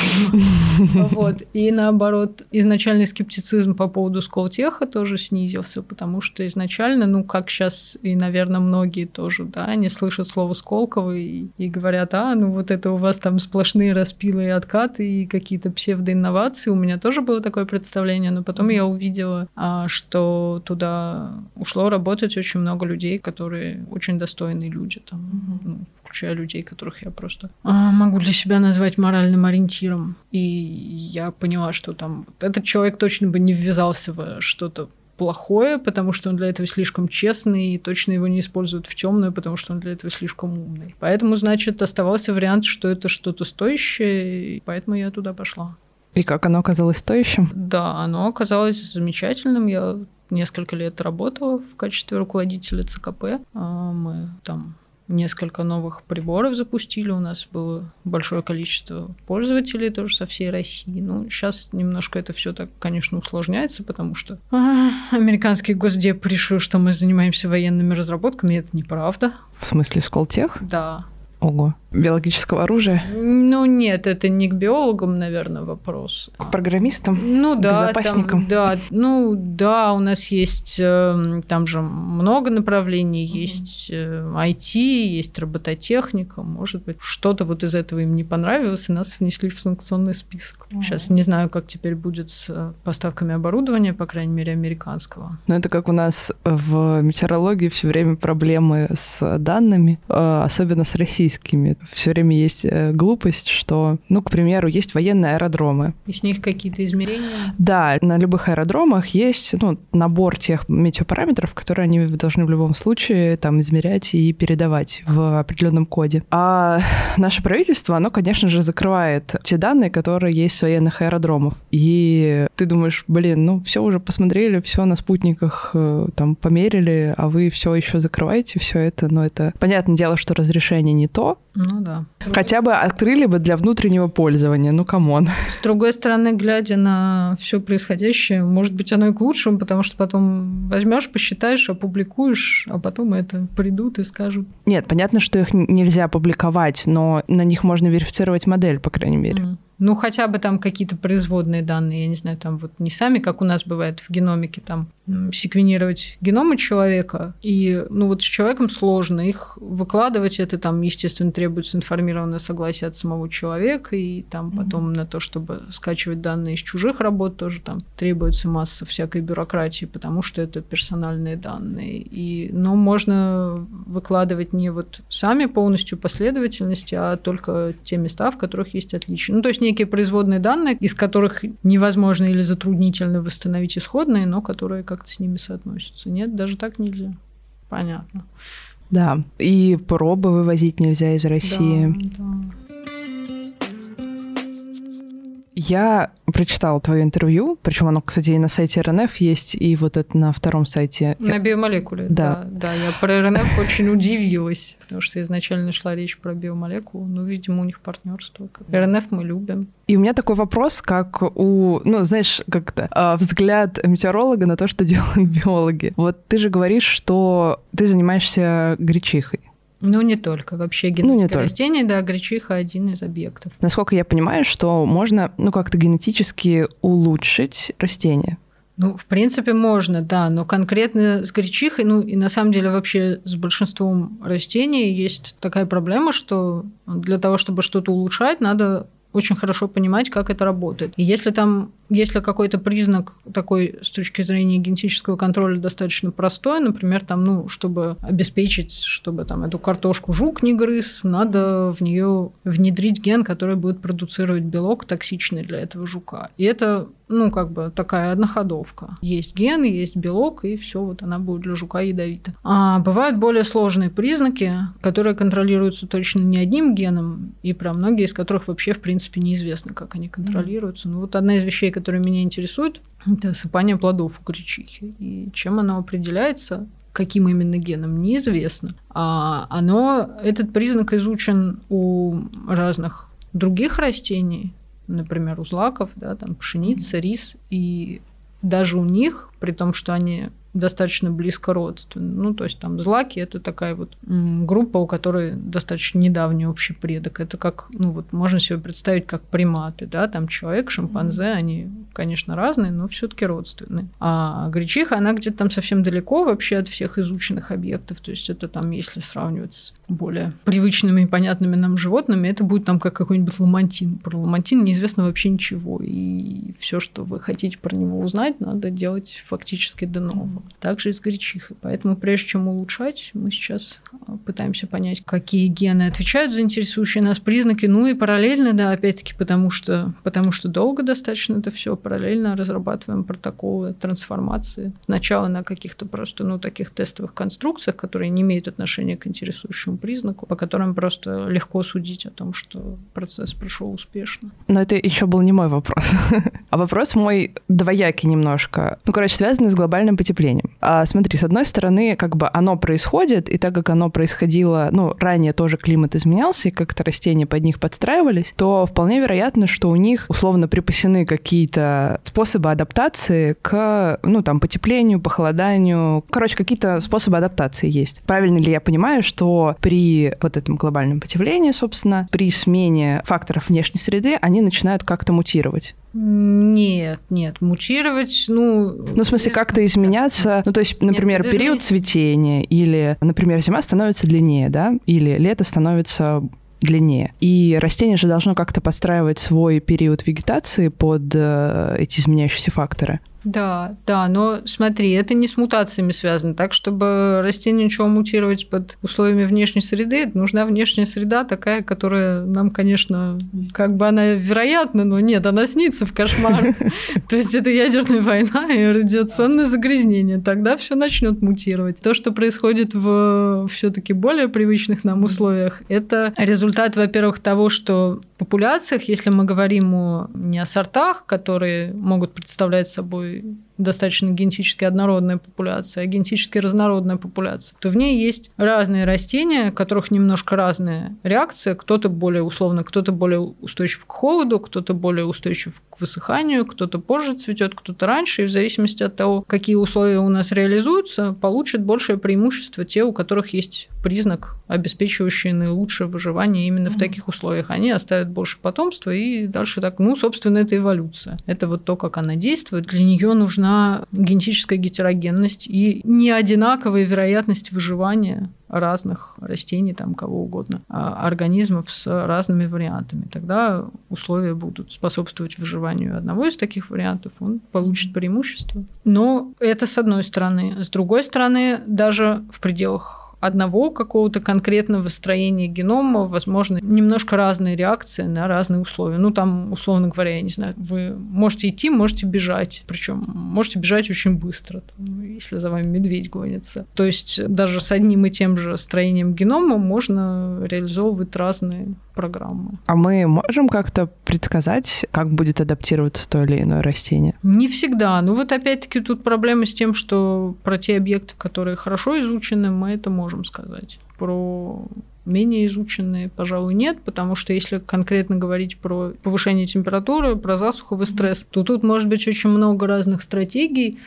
Вот. И наоборот, изначальный скептицизм по поводу Сколтеха тоже снизился, потому что изначально, ну, как сейчас и, наверное, многие тоже, да, они слышат слово Сколково и, и говорят, а, ну, вот это у вас там сплошные распилы и откаты и какие-то псевдоинновации. У меня тоже было такое представление, но потом я увидела, что туда ушло работать очень много людей, которые очень достойные люди, там, ну, включая людей, которых я просто могу для себя назвать моральным ориентиром. И я поняла, что там вот этот человек точно бы не ввязался в что-то плохое, потому что он для этого слишком честный, и точно его не используют в темную, потому что он для этого слишком умный. Поэтому, значит, оставался вариант, что это что-то стоящее, и поэтому я туда пошла. И как оно оказалось стоящим? Да, оно оказалось замечательным. Я несколько лет работала в качестве руководителя ЦКП. Мы там несколько новых приборов запустили. У нас было большое количество пользователей тоже со всей России. Ну, сейчас немножко это все так, конечно, усложняется, потому что а, американский Госдеп решил, что мы занимаемся военными разработками. Это неправда. В смысле, Сколтех? Да. Ого. Биологического оружия? Ну, нет, это не к биологам, наверное, вопрос. К программистам? Ну, да. Безопасникам? Там, да, ну, да, у нас есть э, там же много направлений. Mm-hmm. Есть э, ай ти, есть робототехника. Может быть, что-то вот из этого им не понравилось, и нас внесли в санкционный список. Mm-hmm. Сейчас не знаю, как теперь будет с поставками оборудования, по крайней мере, американского. Ну, это как у нас в метеорологии все время проблемы с данными, особенно с российскими. Все время есть глупость, что, ну, к примеру, есть военные аэродромы. И с них какие-то измерения? Да, на любых аэродромах есть, ну, набор тех метеопараметров, которые они должны в любом случае там измерять и передавать в определенном коде. А наше правительство, оно, конечно же, закрывает те данные, которые есть с военных аэродромов. И ты думаешь, блин, ну, все уже посмотрели, все на спутниках там померили, а вы все еще закрываете все это. Но это понятное дело, что разрешение не то. Ну да. Хотя бы открыли бы для внутреннего пользования. Ну, камон. С другой стороны, глядя на все происходящее, может быть, оно и к лучшему, потому что потом возьмешь, посчитаешь, опубликуешь, а потом это придут и скажут. Нет, понятно, что их нельзя публиковать, но на них можно верифицировать модель, по крайней мере. Mm. Ну, хотя бы там какие-то производные данные, я не знаю, там вот не сами, как у нас бывает в геномике, там секвенировать геномы человека, и, ну, вот с человеком сложно их выкладывать, это там, естественно, требуется информированное согласие от самого человека, и там mm-hmm. потом на то, чтобы скачивать данные из чужих работ, тоже там требуется масса всякой бюрократии, потому что это персональные данные. И, ну, можно выкладывать не вот сами полностью последовательности, а только те места, в которых есть отличия. Ну, то есть некие производные данные, из которых невозможно или затруднительно восстановить исходные, но которые как-то с ними соотносятся. Нет, даже так нельзя. Понятно. Да, и пробы вывозить нельзя из России. Да, да. Я прочитала твое интервью, причем оно, кстати, и на сайте эр эн эф есть, и вот это на втором сайте. На биомолекуле, да. Да, да, я про эр эн эф очень удивилась, потому что изначально шла речь про биомолекулу, ну, видимо, у них партнерство. эр эн эф мы любим. И у меня такой вопрос, как у, ну, знаешь, как-то взгляд метеоролога на то, что делают биологи. Вот ты же говоришь, что ты занимаешься гречихой. Ну, не только. Вообще генетика ну, растений, да, гречиха один из объектов. Насколько я понимаю, что можно, ну, как-то генетически улучшить растения. Ну, в принципе, можно, да, но конкретно с гречихой, ну, и на самом деле вообще с большинством растений есть такая проблема, что для того, чтобы что-то улучшать, надо очень хорошо понимать, как это работает. И если там, если какой-то признак такой с точки зрения генетического контроля достаточно простой, например, там, ну, чтобы обеспечить, чтобы там эту картошку жук не грыз, надо в нее внедрить ген, который будет продуцировать белок токсичный для этого жука. И это, ну, как бы такая одноходовка. Есть ген, есть белок, и все, вот она будет для жука ядовита. А бывают более сложные признаки, которые контролируются точно не одним геном, и про многие из которых вообще, в принципе, неизвестно, как они контролируются. Mm-hmm. Ну, вот одна из вещей, которые меня интересуют, это осыпание плодов у гречихи. И чем оно определяется, каким именно геном, неизвестно. А оно, этот признак изучен у разных других растений, например, у злаков, да, там пшеница, рис, и даже у них, при том, что они достаточно близко родственны. Ну, то есть там злаки – это такая вот группа, у которой достаточно недавний общий предок. Это как, ну вот можно себе представить, как приматы, да, там человек, шимпанзе, mm-hmm. они, конечно, разные, но все-таки родственные. А гречиха, она где-то там совсем далеко вообще от всех изученных объектов. То есть это там, если сравнивать с более привычными и понятными нам животными, это будет там как какой-нибудь ламантин. Про ламантин неизвестно вообще ничего. И все, что вы хотите про него узнать, надо делать фактически до нового. Также и с гречихой. Поэтому прежде чем улучшать, мы сейчас пытаемся понять, какие гены отвечают за интересующие нас признаки. Ну и параллельно, да, опять-таки, потому что, потому что долго достаточно это все, параллельно разрабатываем протоколы трансформации. Сначала на каких-то просто, ну, таких тестовых конструкциях, которые не имеют отношения к интересующему признаку, по которым просто легко судить о том, что процесс прошел успешно. Но это еще был не мой вопрос. А вопрос мой двоякий немножко. Ну, короче, связанный с глобальным потеплением. А, смотри, с одной стороны, как бы оно происходит, и так как оно происходило, ну, ранее тоже климат изменялся, и как-то растения под них подстраивались, то вполне вероятно, что у них условно припасены какие-то способы адаптации к, ну, там, потеплению, похолоданию. Короче, какие-то способы адаптации есть. Правильно ли я понимаю, что при вот этом глобальном потеплении, собственно, при смене факторов внешней среды, они начинают как-то мутировать? Нет, нет, мутировать, ну... Ну, в смысле, как-то изменяться, ну, то есть, например, нет, период цветения, или, например, зима становится длиннее, да, или лето становится длиннее. И растение же должно как-то подстраивать свой период вегетации под э, эти изменяющиеся факторы. Да, да, но смотри, это не с мутациями связано. Так, чтобы растение начало мутировать под условиями внешней среды, нужна внешняя среда такая, которая нам, конечно, как бы она вероятна, но нет, она снится в кошмарах. То есть это ядерная война и радиационное загрязнение. Тогда все начнет мутировать. То, что происходит в все-таки более привычных нам условиях, это результат, во-первых, того, что в популяциях, если мы говорим о, не о сортах, которые могут представлять собой достаточно генетически однородная популяция, а генетически разнородная популяция, то в ней есть разные растения, у которых немножко разная реакция. Кто-то более условно, кто-то более устойчив к холоду, кто-то более устойчив к высыханию, кто-то позже цветет, кто-то раньше. И в зависимости от того, какие условия у нас реализуются, получат большее преимущество те, у которых есть признак, обеспечивающий наилучшее выживание именно mm-hmm. в таких условиях. Они оставят больше потомства, и дальше так, ну, собственно, это эволюция. Это вот то, как она действует. Для нее нужна генетическая гетерогенность и неодинаковая вероятность выживания разных растений, там, кого угодно, организмов с разными вариантами. Тогда условия будут способствовать выживанию одного из таких вариантов, он получит преимущество. Но это с одной стороны. С другой стороны, даже в пределах одного какого-то конкретного строения генома, возможно, немножко разные реакции на разные условия. Ну, там, условно говоря, я не знаю, вы можете идти, можете бежать, причем можете бежать очень быстро, там, если за вами медведь гонится. То есть даже с одним и тем же строением генома можно реализовывать разные программы. А мы можем как-то предсказать, как будет адаптироваться то или иное растение? Не всегда. Ну вот опять-таки тут проблема с тем, что про те объекты, которые хорошо изучены, мы это можем сказать. Про менее изученные, пожалуй, нет, потому что если конкретно говорить про повышение температуры, про засуховый стресс, то тут может быть очень много разных стратегий,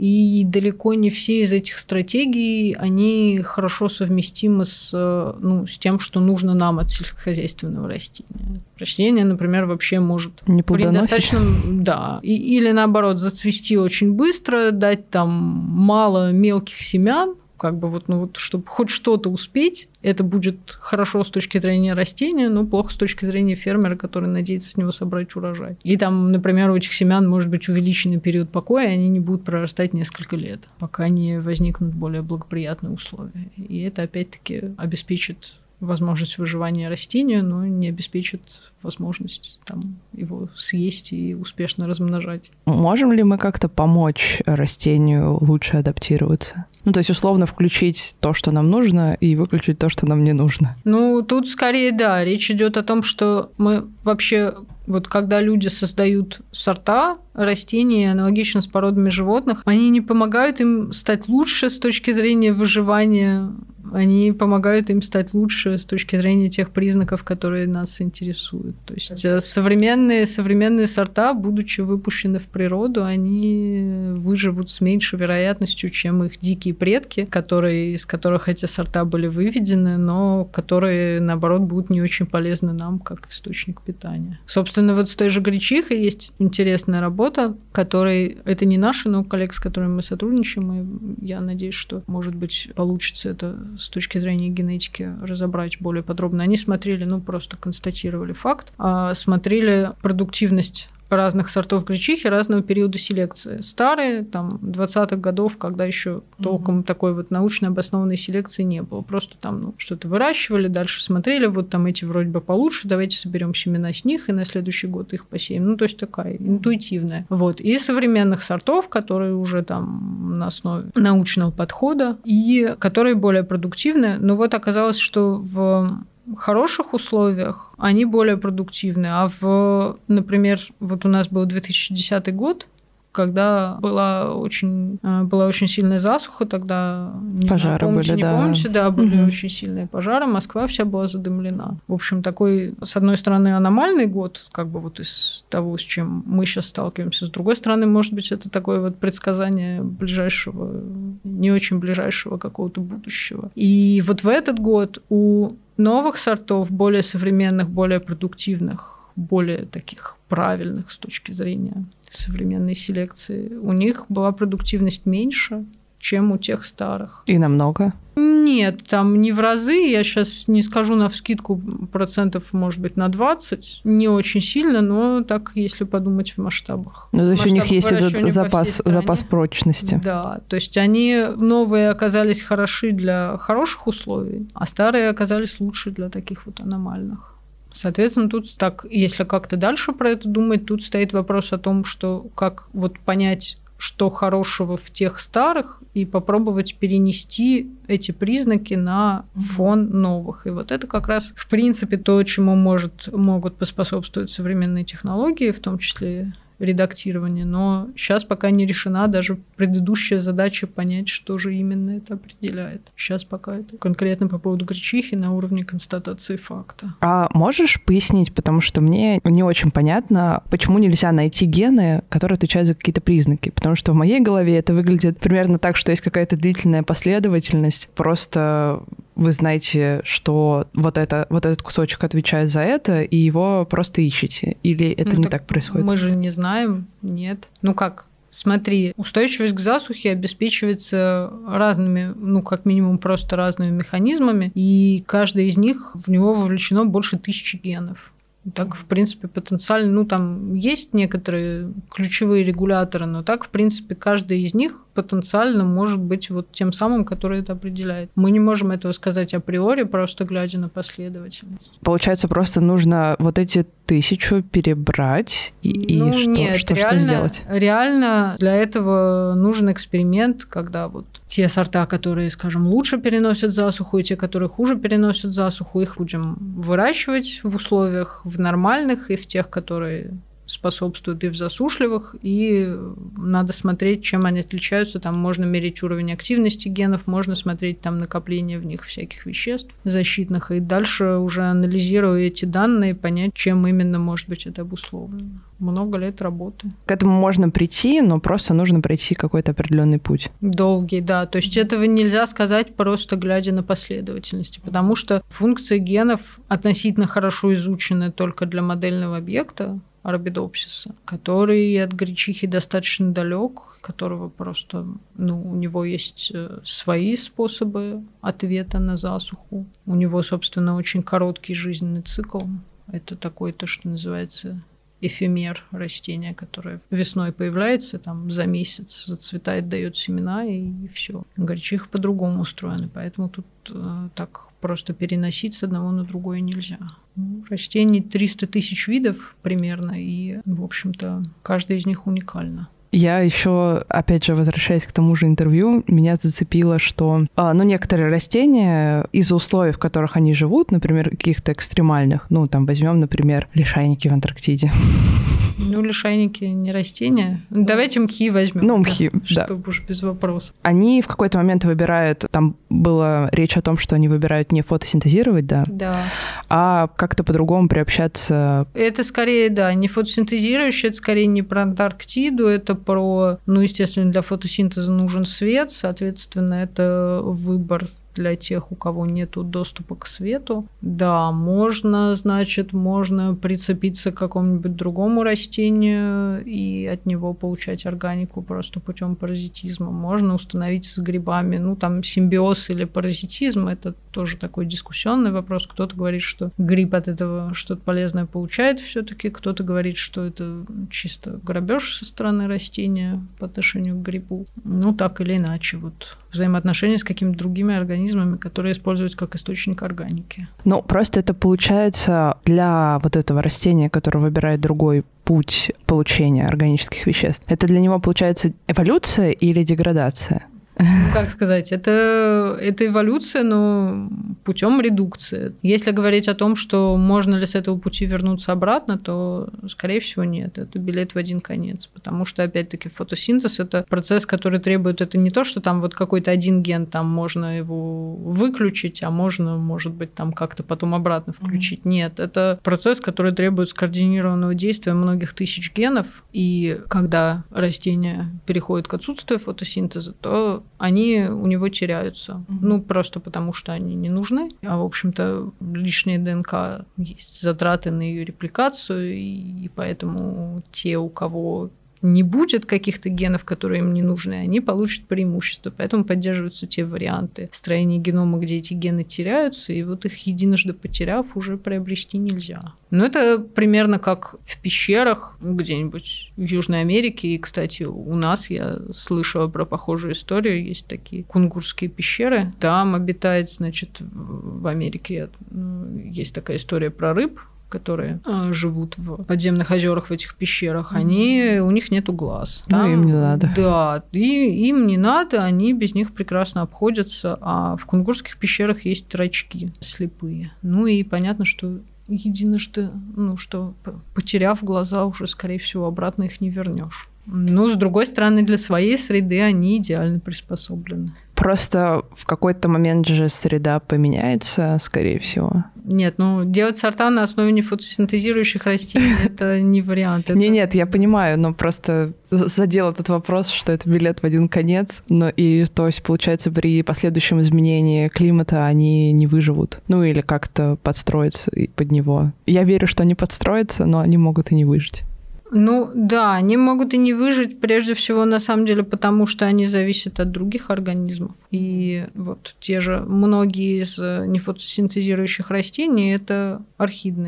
и далеко не все из этих стратегий, они хорошо совместимы с, ну, с тем, что нужно нам от сельскохозяйственного растения. Растение, например, вообще может при достаточном... Да. И, или, наоборот, зацвести очень быстро, дать там мало мелких семян, как бы вот, ну вот, чтобы хоть что-то успеть, это будет хорошо с точки зрения растения, но плохо с точки зрения фермера, который надеется с него собрать урожай. И там, например, у этих семян может быть увеличенный период покоя, и они не будут прорастать несколько лет, пока не возникнут более благоприятные условия. И это, опять-таки, обеспечит возможность выживания растения, но не обеспечит возможность там, его съесть и успешно размножать. Можем ли мы как-то помочь растению лучше адаптироваться? Ну, то есть, условно, включить то, что нам нужно, и выключить то, что нам не нужно. Ну, тут скорее, да, речь идет о том, что мы вообще, вот когда люди создают сорта растений, аналогично с породами животных, они не помогают им стать лучше с точки зрения выживания, они помогают им стать лучше с точки зрения тех признаков, которые нас интересуют. То есть современные, современные сорта, будучи выпущены в природу, они выживут с меньшей вероятностью, чем их дикие предки, которые, из которых эти сорта были выведены, но которые, наоборот, будут не очень полезны нам как источник питания. Собственно, вот с той же гречихой есть интересная работа, которой это не наши, но коллег, с которыми мы сотрудничаем, и я надеюсь, что, может быть, получится это с точки зрения генетики разобрать более подробно. Они смотрели, ну, просто констатировали факт, а смотрели продуктивность разных сортов гречихи разного периода селекции. Старые, там, двадцатых годов, когда еще толком mm-hmm. такой вот научно обоснованной селекции не было. Просто там ну, что-то выращивали, дальше смотрели, вот там эти вроде бы получше, давайте соберем семена с них и на следующий год их посеем. Ну, то есть такая интуитивная. Вот. И современных сортов, которые уже там на основе научного подхода и которые более продуктивны. Но вот оказалось, что в хороших условиях они более продуктивны. А в, например, вот у нас был две тысячи десятый год, когда была очень, была очень сильная засуха, тогда не пожары знаю, помните, были, не да. помните, да, были угу. очень сильные пожары, Москва вся была задымлена. В общем, такой, с одной стороны, аномальный год, как бы вот из того, с чем мы сейчас сталкиваемся, с другой стороны, может быть, это такое вот предсказание ближайшего, не очень ближайшего какого-то будущего. И вот в этот год у новых сортов, более современных, более продуктивных, более таких правильных с точки зрения современной селекции, у них была продуктивность меньше, чем у тех старых. И намного? Нет, там не в разы, я сейчас не скажу навскидку процентов, может быть, на двадцать, не очень сильно, но так, если подумать в масштабах. Но то есть у них есть этот запас, запас прочности. Да, то есть они новые оказались хороши для хороших условий, а старые оказались лучше для таких вот аномальных. Соответственно, тут так, если как-то дальше про это думать, тут стоит вопрос о том, что как вот понять, что хорошего в тех старых, и попробовать перенести эти признаки на фон новых. И вот это как раз, в принципе, то, чему может, могут поспособствовать современные технологии, в том числе редактирование, но сейчас пока не решена даже предыдущая задача понять, что же именно это определяет. Сейчас пока это конкретно по поводу гречихи на уровне констатации факта. А можешь пояснить, потому что мне не очень понятно, почему нельзя найти гены, которые отвечают за какие-то признаки, потому что в моей голове это выглядит примерно так, что есть какая-то длительная последовательность, просто вы знаете, что вот, это, вот этот кусочек отвечает за это, и его просто ищете. Или это ну, не так, так происходит? Мы же не знаем, нет. Ну как, смотри, устойчивость к засухе обеспечивается разными, ну как минимум просто разными механизмами, и каждый из них, в него вовлечено больше тысячи генов. Так, в принципе, потенциально, ну там есть некоторые ключевые регуляторы, но так, в принципе, каждый из них потенциально может быть вот тем самым, который это определяет. Мы не можем этого сказать априори, просто глядя на последовательность. Получается, просто нужно вот эти тысячу перебрать и, ну, и что, нет, что, реально, что сделать? Реально для этого нужен эксперимент, когда вот те сорта, которые, скажем, лучше переносят засуху, и те, которые хуже переносят засуху, их будем выращивать в условиях, в нормальных и в тех, которые способствуют и в засушливых, и надо смотреть, чем они отличаются. Там можно мерить уровень активности генов, можно смотреть там накопление в них всяких веществ защитных, и дальше уже анализируя эти данные, понять, чем именно может быть это обусловлено. Много лет работы. К этому можно прийти, но просто нужно пройти какой-то определенный путь. Долгий, да. То есть этого нельзя сказать, просто глядя на последовательности, потому что функции генов относительно хорошо изучены только для модельного объекта, арабидопсиса, который от гречихи достаточно далек, которого просто, ну, у него есть свои способы ответа на засуху. У него, собственно, очень короткий жизненный цикл. Это такой, то, что называется эфемер растения, которое весной появляется, там за месяц зацветает, дает семена, и, и все. Гречиха по-другому устроена, поэтому тут э, так просто переносить с одного на другое нельзя. Ну, растений триста тысяч видов примерно, и, в общем-то, каждая из них уникальна. Я еще, опять же, возвращаясь к тому же интервью, меня зацепило, что ну, некоторые растения из-за условий, в которых они живут, например, каких-то экстремальных, ну, там, возьмем, например, лишайники в Антарктиде. Ну, лишайники не растения. Давайте мхи возьмем. Ну, мхи, да. Чтобы уж без вопросов. Они в какой-то момент выбирают, там была речь о том, что они выбирают не фотосинтезировать, да, да. а как-то по-другому приобщаться. Это скорее, да, не фотосинтезирующие, это скорее не про Антарктиду, это про, ну, естественно, для фотосинтеза нужен свет, соответственно, это выбор для тех, у кого нет доступа к свету. Да, можно, значит, можно прицепиться к какому-нибудь другому растению и от него получать органику просто путем паразитизма. Можно установить с грибами, ну, там, симбиоз или паразитизм, это тоже такой дискуссионный вопрос. Кто-то говорит, что гриб от этого что-то полезное получает все-таки, кто-то говорит, что это чисто грабеж со стороны растения по отношению к грибу. Ну, так или иначе, вот взаимоотношения с какими-то другими организмами, которые используются как источник органики. Ну, просто это получается для вот этого растения, которое выбирает другой путь получения органических веществ, это для него получается эволюция или деградация? Как сказать, это, это эволюция, но путем редукции. Если говорить о том, что можно ли с этого пути вернуться обратно, то, скорее всего, нет. Это билет в один конец. Потому что, опять-таки, фотосинтез – это процесс, который требует… Это не то, что там вот какой-то один ген, там можно его выключить, а можно, может быть, там как-то потом обратно включить. Mm-hmm. Нет, это процесс, который требует скоординированного действия многих тысяч генов. И когда растение переходит к отсутствию фотосинтеза, то они у него теряются. Mm-hmm. Ну, просто потому что они не нужны. А, в общем-то, лишняя ДНК есть затраты на ее репликацию, и поэтому те, у кого не будет каких-то генов, которые им не нужны, они получат преимущество. Поэтому поддерживаются те варианты строения генома, где эти гены теряются, и вот их единожды потеряв, уже приобрести нельзя. Но это примерно как в пещерах где-нибудь в Южной Америке. И, кстати, у нас, я слышала про похожую историю, есть такие кунгурские пещеры. Там обитает, значит, в Америке есть такая история про рыб, которые э, живут в подземных озерах в этих пещерах, mm-hmm. они, у них нету глаз. Там, ну, им не надо. Да, и им не надо, они без них прекрасно обходятся, а в кунгурских пещерах есть рачки слепые. Ну и понятно, что единожды, ну что, потеряв глаза, уже, скорее всего, обратно их не вернешь. Но, с другой стороны, для своей среды они идеально приспособлены. Просто в какой-то момент же среда поменяется, скорее всего. Нет, ну делать сорта на основе нефотосинтезирующих растений – это не вариант. Не, нет, я понимаю, но просто задел этот вопрос, что это билет в один конец. Но и то есть, получается, при последующем изменении климата они не выживут. Ну или как-то подстроятся под него. Я верю, что они подстроятся, но они могут и не выжить. Ну да, они могут и не выжить, прежде всего, на самом деле, потому что они зависят от других организмов. И вот те же многие из нефотосинтезирующих растений – это орхидные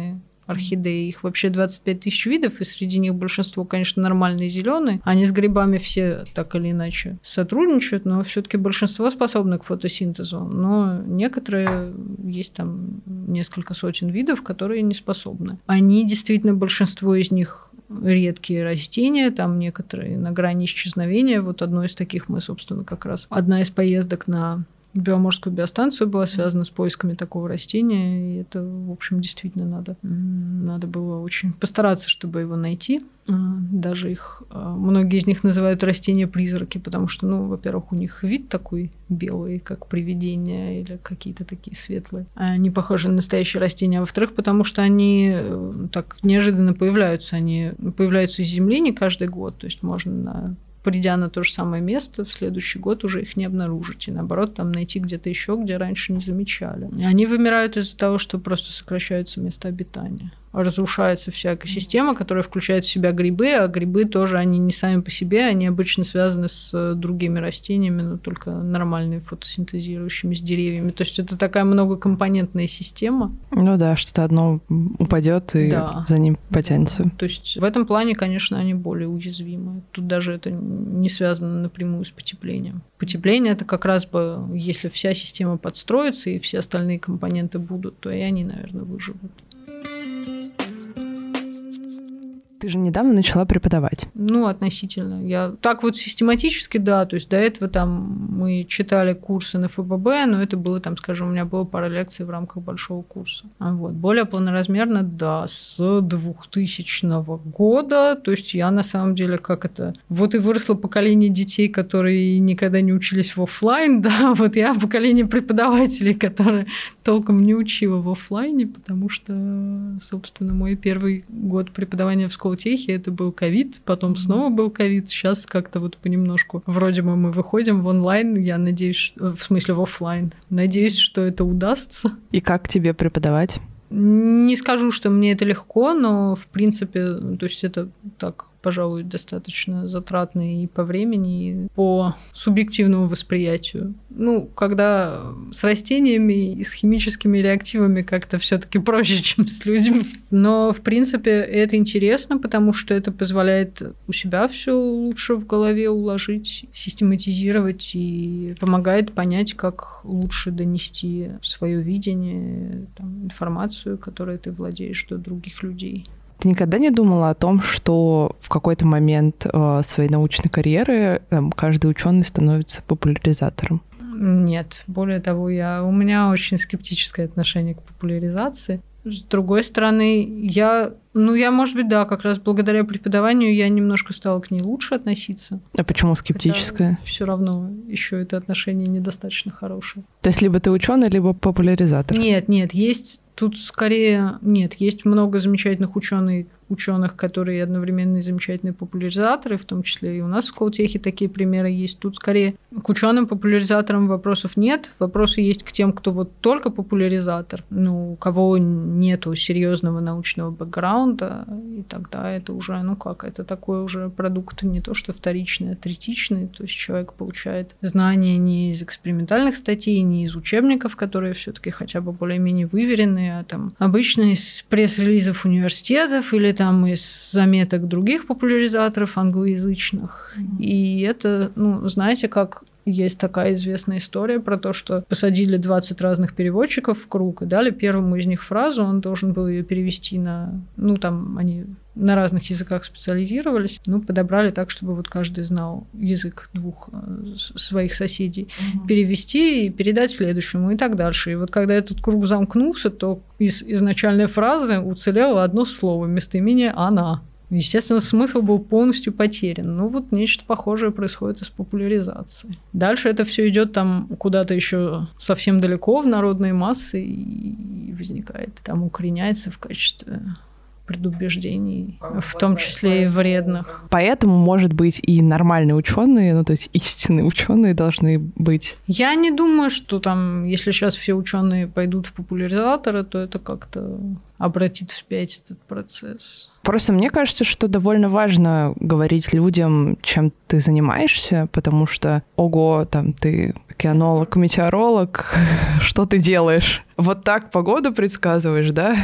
орхидеи. Их вообще двадцать пять тысяч видов, и среди них большинство, конечно, нормальные зеленые. Они с грибами все так или иначе сотрудничают, но все-таки большинство способны к фотосинтезу. Но некоторые, есть там несколько сотен видов, которые не способны. Они действительно, большинство из них редкие растения, там некоторые на грани исчезновения. Вот одно из таких мы, собственно, как раз одна из поездок на биоморскую биостанцию была связана с поисками такого растения, и это, в общем, действительно надо. Надо было очень постараться, чтобы его найти. Даже их, многие из них называют растения-призраки, потому что, ну, во-первых, у них вид такой белый, как привидения или какие-то такие светлые. Они похожи на настоящие растения. А во-вторых, потому что они так неожиданно появляются. Они появляются из земли не каждый год, то есть можно на придя на то же самое место, в следующий год уже их не обнаружить. И наоборот, там найти где-то еще, где раньше не замечали. И они вымирают из-за того, что просто сокращаются места обитания. Разрушается вся экосистема, которая включает в себя грибы, а грибы тоже, они не сами по себе, они обычно связаны с другими растениями, но только нормальными фотосинтезирующими, с деревьями. То есть это такая многокомпонентная система. Ну да, что-то одно упадет и да. за ним потянется. То есть в этом плане, конечно, они более уязвимы. Тут даже это не связано напрямую с потеплением. Потепление — это как раз бы, если вся система подстроится и все остальные компоненты будут, то и они, наверное, выживут. Ты же недавно начала преподавать. Ну, относительно. Я так вот систематически, да, то есть до этого там мы читали курсы на эф бэ бэ, но это было там, скажем, у меня было пара лекций в рамках большого курса. А вот. Более полноразмерно, да, с двухтысячного года, то есть я на самом деле как это... Вот и выросло поколение детей, которые никогда не учились в офлайн, да, вот я поколение преподавателей, которые толком не учила в офлайне, потому что, собственно, мой первый год преподавания в школе техи, это был ковид, потом снова был ковид, сейчас как-то вот понемножку вроде бы мы выходим в онлайн, я надеюсь, в смысле в офлайн, надеюсь, что это удастся. И как тебе преподавать? Не скажу, что мне это легко, но в принципе, то есть это так, пожалуй, достаточно затратно и по времени, и по субъективному восприятию. Ну, когда с растениями и с химическими реактивами как-то все-таки проще, чем с людьми. Но, в принципе, это интересно, потому что это позволяет у себя все лучше в голове уложить, систематизировать и помогает понять, как лучше донести свое видение, там, информацию, которой ты владеешь, до других людей. Ты никогда не думала о том, что в какой-то момент э, своей научной карьеры э, каждый ученый становится популяризатором? Нет. Более того, я, у меня очень скептическое отношение к популяризации. С другой стороны, я, ну, я, может быть, да, как раз благодаря преподаванию я немножко стала к ней лучше относиться. А почему скептическое? Все равно еще это отношение недостаточно хорошее. То есть либо ты ученый, либо популяризатор? Нет, нет, есть тут скорее нет, есть много замечательных ученых, ученых, которые одновременно и замечательные популяризаторы, в том числе и у нас в Сколтехе такие примеры есть. Тут скорее к ученым-популяризаторам вопросов нет. Вопросы есть к тем, кто вот только популяризатор, ну, у кого нету серьезного научного бэкграунда, и тогда это уже, ну как, это такой уже продукт не то что вторичный, а третичный, то есть человек получает знания не из экспериментальных статей, не из учебников, которые все-таки хотя бы более-менее выверенные, а там обычно из пресс-релизов университетов или там из заметок других популяризаторов англоязычных. Mm-hmm. И это, ну, знаете, как есть такая известная история про то, что посадили двадцать разных переводчиков в круг и дали первому из них фразу, он должен был ее перевести на... Ну, там они на разных языках специализировались, ну, подобрали так, чтобы вот каждый знал язык двух своих соседей, угу. перевести и передать следующему и так дальше. И вот когда этот круг замкнулся, то из изначальной фразы уцелело одно слово, местоимение «она». Естественно, смысл был полностью потерян. Ну вот нечто похожее происходит и с популяризацией. Дальше это все идет там куда-то еще совсем далеко в народные массы и возникает, там укореняется в качестве предубеждений, в том числе и вредных. Поэтому, может быть, и нормальные ученые, ну то есть истинные ученые должны быть. Я не думаю, что там, если сейчас все ученые пойдут в популяризаторы, то это как-то обратит вспять этот процесс. Просто мне кажется, что довольно важно говорить людям, чем ты занимаешься, потому что, ого, там ты океанолог, метеоролог, что ты делаешь? Вот так погоду предсказываешь, да?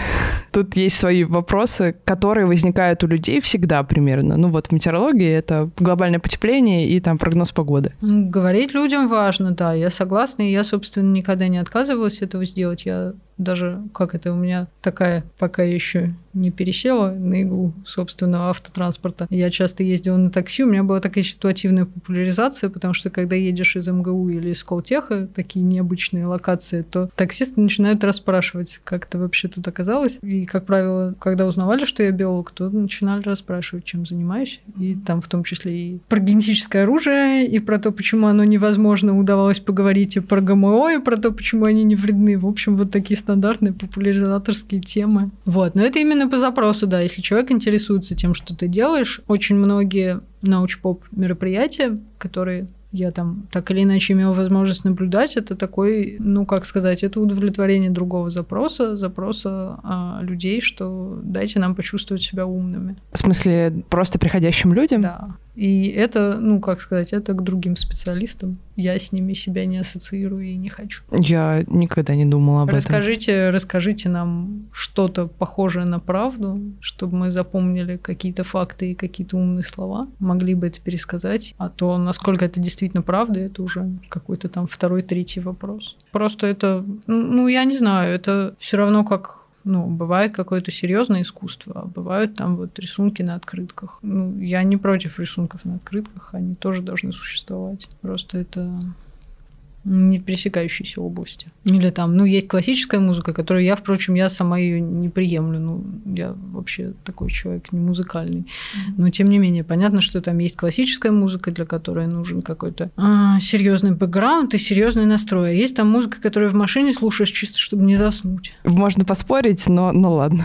Тут есть свои вопросы, которые возникают у людей всегда примерно. Ну вот в метеорологии это глобальное потепление и там прогноз погоды. Говорить людям важно, да, я согласна, и я, собственно, никогда не отказывалась этого сделать. Я даже, как это у меня такая, пока еще не пересела на иглу собственного автотранспорта. Я часто ездила на такси, у меня была такая ситуативная популяризация, потому что когда едешь из МГУ или из Колтеха, такие необычные локации, то таксисты начинают расспрашивать, как ты вообще тут оказалась. И, как правило, когда узнавали, что я биолог, то начинали расспрашивать, чем занимаюсь. И там в том числе и про генетическое оружие, и про то, почему оно невозможно, удавалось поговорить, и про ГМО, и про то, почему они не вредны. В общем, вот такие стандартные популяризаторские темы. Вот. Но это именно по запросу, да. Если человек интересуется тем, что ты делаешь, очень многие научпоп мероприятия, которые я там так или иначе имела возможность наблюдать, это такой, ну, как сказать, это удовлетворение другого запроса, запроса а, людей, что дайте нам почувствовать себя умными. В смысле, просто приходящим людям? Да. И это, ну, как сказать, это к другим специалистам. Я с ними себя не ассоциирую и не хочу. Я никогда не думала об расскажите, этом. Расскажите нам что-то похожее на правду, чтобы мы запомнили какие-то факты и какие-то умные слова, могли бы это пересказать. А то, насколько это действительно правда, это уже какой-то там второй, третий вопрос. Просто это, ну, я не знаю, это все равно как... Ну, бывает какое-то серьезное искусство, а бывают там вот рисунки на открытках. Ну, я не против рисунков на открытках, они тоже должны существовать. Просто это не пересекающиеся области. Или там, ну, есть классическая музыка, которую я, впрочем, я сама ее не приемлю. Ну, я вообще такой человек не музыкальный. Но, тем не менее, понятно, что там есть классическая музыка, для которой нужен какой-то а, серьезный бэкграунд и серьезный настрой. А есть там музыка, которую в машине слушаешь чисто, чтобы не заснуть. Можно поспорить, но, но ладно.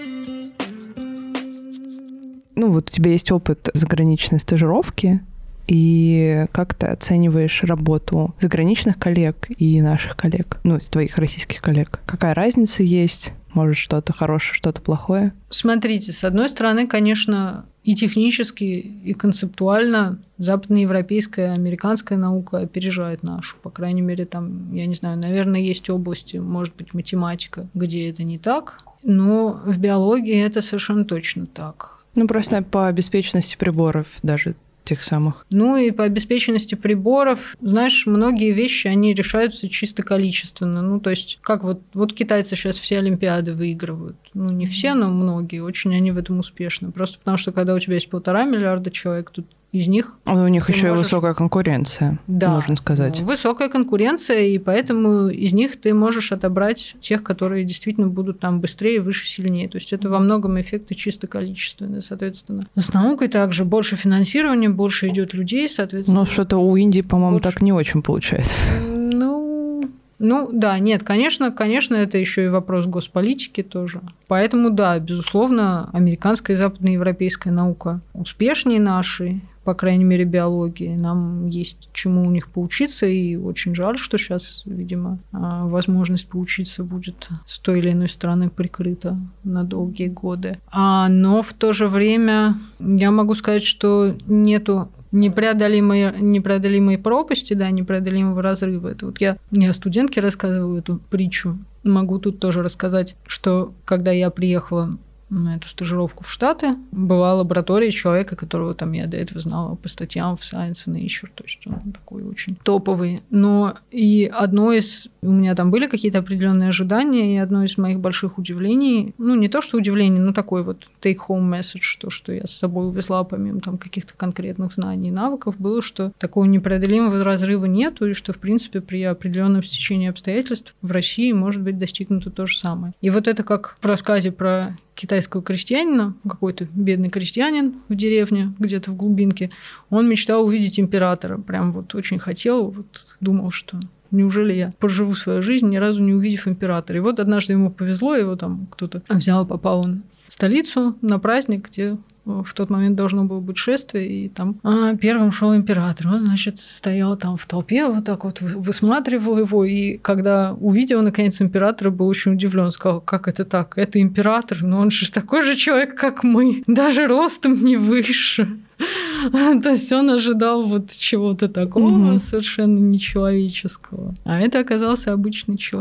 Ну, вот у тебя есть опыт заграничной стажировки. И как ты оцениваешь работу заграничных коллег и наших коллег, ну, твоих российских коллег? Какая разница есть? Может, что-то хорошее, что-то плохое? Смотрите, с одной стороны, конечно, и технически, и концептуально западноевропейская, американская наука опережает нашу. По крайней мере, там, я не знаю, наверное, есть области, может быть, математика, где это не так, но в биологии это совершенно точно так. Ну, просто по обеспеченности приборов даже тех самых. Ну и по обеспеченности приборов, знаешь, многие вещи, они решаются чисто количественно. Ну, то есть, как вот, вот китайцы сейчас все олимпиады выигрывают. Ну, не все, но многие. Очень они в этом успешны. Просто потому что, когда у тебя есть полтора миллиарда человек, тут из них... А у них еще можешь... и высокая конкуренция, да, нужно сказать. Ну, высокая конкуренция, и поэтому из них ты можешь отобрать тех, которые действительно будут там быстрее, выше, сильнее. То есть это во многом эффекты чисто количественные, соответственно. С наукой также больше финансирования, больше идет людей, соответственно... Но что-то у Индии, по-моему, больше... так не очень получается. Ну... Ну да, нет, конечно, конечно, это еще и вопрос госполитики тоже. Поэтому да, безусловно, американская и западноевропейская наука успешнее нашей, по крайней мере, биологии. Нам есть чему у них поучиться, и очень жаль, что сейчас, видимо, возможность поучиться будет с той или иной стороны прикрыта на долгие годы. А, но в то же время я могу сказать, что нету непреодолимые, непреодолимые пропасти, да, непреодолимого разрыва. Это вот я, я студентке рассказывала эту притчу. Могу тут тоже рассказать, что когда я приехала на эту стажировку в Штаты, была лаборатория человека, которого там я до этого знала по статьям в Science and Nature, то есть он такой очень топовый. Но и одно из... У меня там были какие-то определенные ожидания, и одно из моих больших удивлений, ну, не то, что удивление, но такой вот take-home message, то, что я с собой увезла, помимо там каких-то конкретных знаний и навыков, было, что такого непреодолимого разрыва нету, и что, в принципе, при определенном стечении обстоятельств в России может быть достигнуто то же самое. И вот это как в рассказе про китайского крестьянина, какой-то бедный крестьянин в деревне, где-то в глубинке, он мечтал увидеть императора. Прям вот очень хотел, вот думал, что неужели я проживу свою жизнь, ни разу не увидев императора. И вот однажды ему повезло, его там кто-то взял, попал он в столицу на праздник, где в тот момент должно было быть шествие, и там а, первым шел император. Он, значит, стоял там в толпе, вот так вот высматривал его, и когда увидел, наконец, императора, был очень удивлен, сказал, как это так? Это император, но он же такой же человек, как мы, даже ростом не выше. То есть он ожидал вот чего-то такого, угу, совершенно нечеловеческого. А это оказался обычный человек.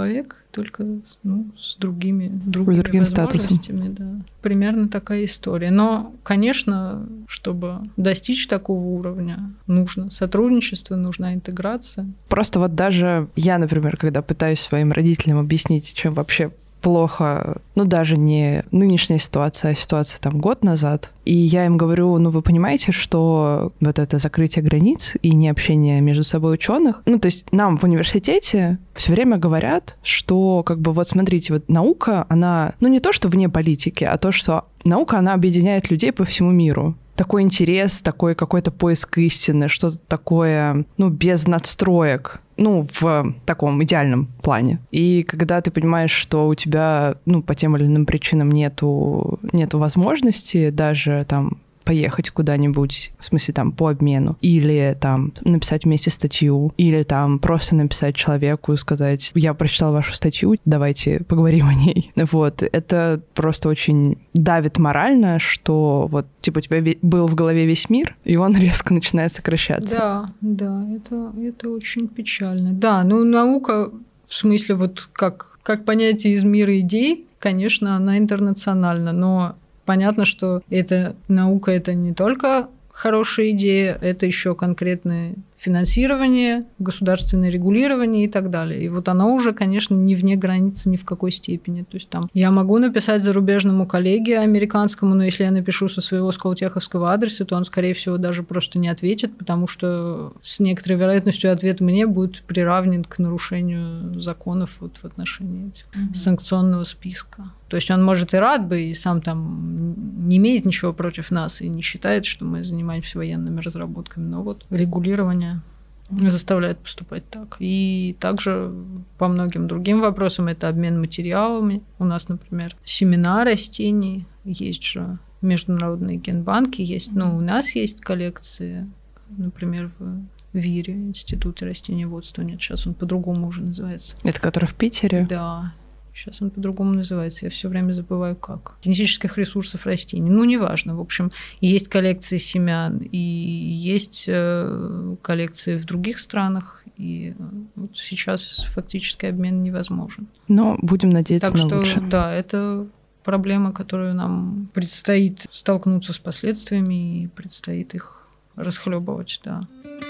только ну, с другими, другими с другим возможностями. статусом. Да. Примерно такая история. Но, конечно, чтобы достичь такого уровня, нужно сотрудничество, нужна интеграция. Просто вот даже я, например, когда пытаюсь своим родителям объяснить, чем вообще плохо, ну, даже не нынешняя ситуация, а ситуация там год назад. И я им говорю, ну, вы понимаете, что вот это закрытие границ и необщение между собой ученых, ну, то есть нам в университете все время говорят, что, как бы, вот смотрите, вот наука, она, ну, не то, что вне политики, а то, что наука, она объединяет людей по всему миру. Такой интерес, такой какой-то поиск истины, что-то такое, ну, без надстроек, ну, в таком идеальном плане. И когда ты понимаешь, что у тебя, ну, по тем или иным причинам нету, нету возможности даже там поехать куда-нибудь, в смысле там по обмену, или там написать вместе статью, или там просто написать человеку и сказать, я прочитал вашу статью, давайте поговорим о ней. Вот, это просто очень давит морально, что вот, типа, у тебя был в голове весь мир, и он резко начинает сокращаться. Да, да, это, это очень печально. Да, ну наука, в смысле вот как, как понятие из мира идей, конечно, она интернациональна, но понятно, что эта наука — это не только хорошая идея, это еще конкретное финансирование, государственное регулирование и так далее. И вот оно уже, конечно, не вне границы ни в какой степени. То есть там я могу написать зарубежному коллеге американскому, но если я напишу со своего сколтеховского адреса, то он, скорее всего, даже просто не ответит, потому что с некоторой вероятностью ответ мне будет приравнен к нарушению законов вот в отношении этих mm-hmm. санкционного списка. То есть он, может, и рад бы, и сам там не имеет ничего против нас, и не считает, что мы занимаемся военными разработками, но вот регулирование заставляет поступать так. И также по многим другим вопросам это обмен материалами. У нас, например, семена растений, есть же международные генбанки, есть, ну, у нас есть коллекции, например, в ВИРе, Институте растениеводства. Нет, сейчас он по-другому уже называется. Это который в Питере? Да. Сейчас он по-другому называется, я все время забываю как. Генетических ресурсов растений. Ну, неважно. В общем, есть коллекции семян, и есть коллекции в других странах, и вот сейчас фактически обмен невозможен. Но будем надеяться так на что, лучшее. Да, это проблема, которую нам предстоит столкнуться с последствиями, и предстоит их расхлебывать, да.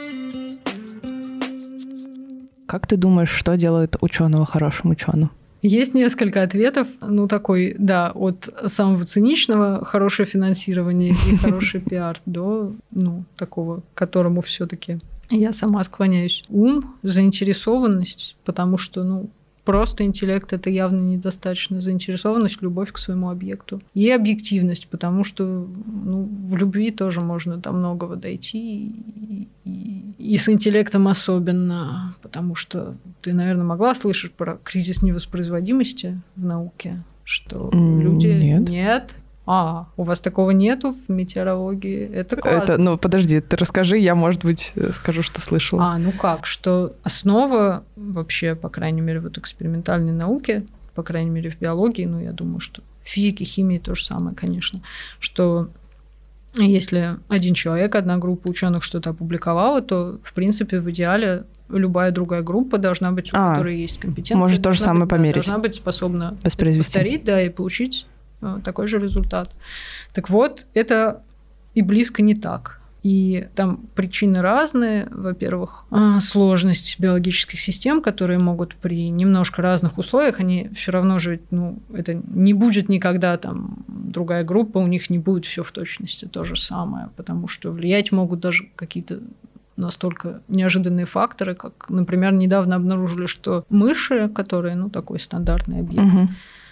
Как ты думаешь, что делает ученого хорошим ученым? Есть несколько ответов. Ну, такой, да, от самого циничного хорошее финансирование и хороший пиар до, ну, такого, к которому все-таки я сама склоняюсь. Ум, заинтересованность, потому что, ну, просто интеллект — это явно недостаточно. Заинтересованность, любовь к своему объекту. И объективность, потому что, ну, в любви тоже можно до многого дойти. И, и, и с интеллектом особенно, потому что ты, наверное, могла слышать про кризис невоспроизводимости в науке, что Mm, люди... нет. Нет. А, у вас такого нету в метеорологии? Это классно. Это, ну, подожди, ты расскажи, я, может быть, скажу, что слышала. А, ну как, что основа вообще, по крайней мере, вот экспериментальной науки, по крайней мере, в биологии, ну, я думаю, что в физике, химии то же самое, конечно, что если один человек, одна группа ученых что-то опубликовала, то, в принципе, в идеале любая другая группа должна быть, у а, которой есть компетенция. Может то же самое быть, померить. Да, должна быть способна воспроизвести. повторить, да, и получить такой же результат. Так вот, это и близко не так. И там причины разные. Во-первых, сложность биологических систем, которые могут при немножко разных условиях, они все равно же, ну, это не будет никогда там другая группа, у них не будет все в точности то же самое, потому что влиять могут даже какие-то настолько неожиданные факторы, как, например, недавно обнаружили, что мыши, которые, ну, такой стандартный объект, угу.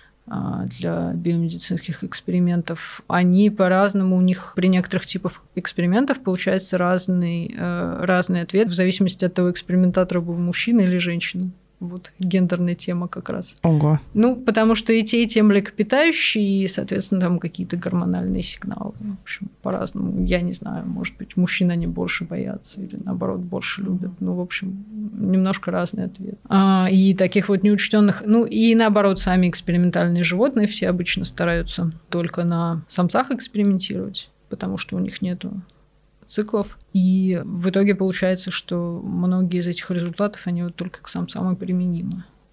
для биомедицинских экспериментов, они по-разному, у них при некоторых типах экспериментов получается разный, разный ответ в зависимости от того, экспериментатора был мужчина или женщина. Вот гендерная тема как раз. Ого. Ну, потому что и те, и те млекопитающие, и, соответственно, там какие-то гормональные сигналы. В общем, по-разному. Я не знаю, может быть, мужчин они больше боятся или, наоборот, больше любят. Ну, в общем, немножко разный ответ. А, и таких вот неучтенных... Ну, и, наоборот, сами экспериментальные животные все обычно стараются только на самцах экспериментировать, потому что у них нету циклов. И в итоге получается, что многие из этих результатов, они вот только к самцам и применимы.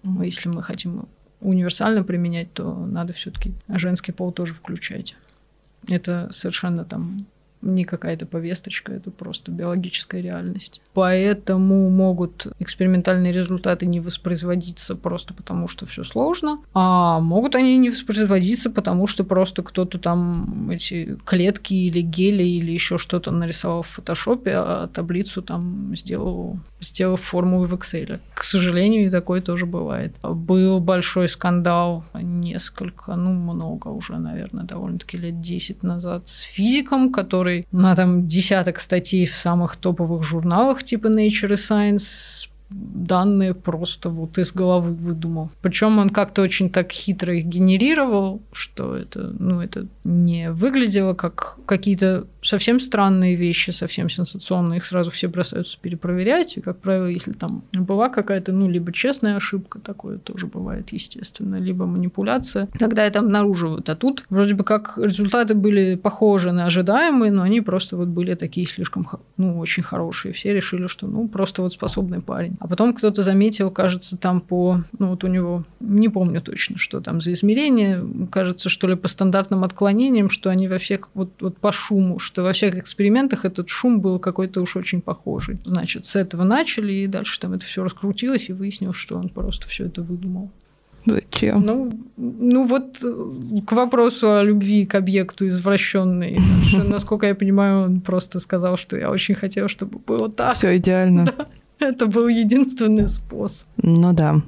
Если мы хотим универсально применять, то надо все-таки женский пол тоже включать. Это совершенно там не какая-то повесточка, это просто биологическая реальность. Поэтому могут экспериментальные результаты не воспроизводиться просто потому, что все сложно, а могут они не воспроизводиться, потому что просто кто-то там эти клетки или гели или еще что-то нарисовал в фотошопе, а таблицу там сделал, сделал формулы в Excel. К сожалению, и такое тоже бывает. Был большой скандал несколько, ну много уже, наверное, довольно-таки лет десять назад с физиком, который на там десяток статей в самых топовых журналах типа Nature и Science данные просто вот из головы выдумал. Причем он как-то очень так хитро их генерировал, что это, ну, это не выглядело как какие-то совсем странные вещи, совсем сенсационные. Их сразу все бросаются перепроверять. И, как правило, если там была какая-то, ну, либо честная ошибка, такое тоже бывает, естественно, либо манипуляция, тогда это обнаруживают. А тут вроде бы как результаты были похожи на ожидаемые, но они просто вот были такие слишком, ну, очень хорошие. Все решили, что, ну, просто вот способный парень. А потом кто-то заметил, кажется, там по... Ну, вот у него... Не помню точно, что там за измерение. Кажется, что ли, по стандартным отклонениям, что они во всех... Вот, вот по шуму, что во всех экспериментах этот шум был какой-то уж очень похожий. Значит, с этого начали, и дальше там это все раскрутилось, и выяснилось, что он просто все это выдумал. Зачем? Ну, ну вот к вопросу о любви к объекту извращенной. Насколько я понимаю, он просто сказал, что я очень хотел, чтобы было так. Все идеально. Да. Это был единственный способ. Ну да.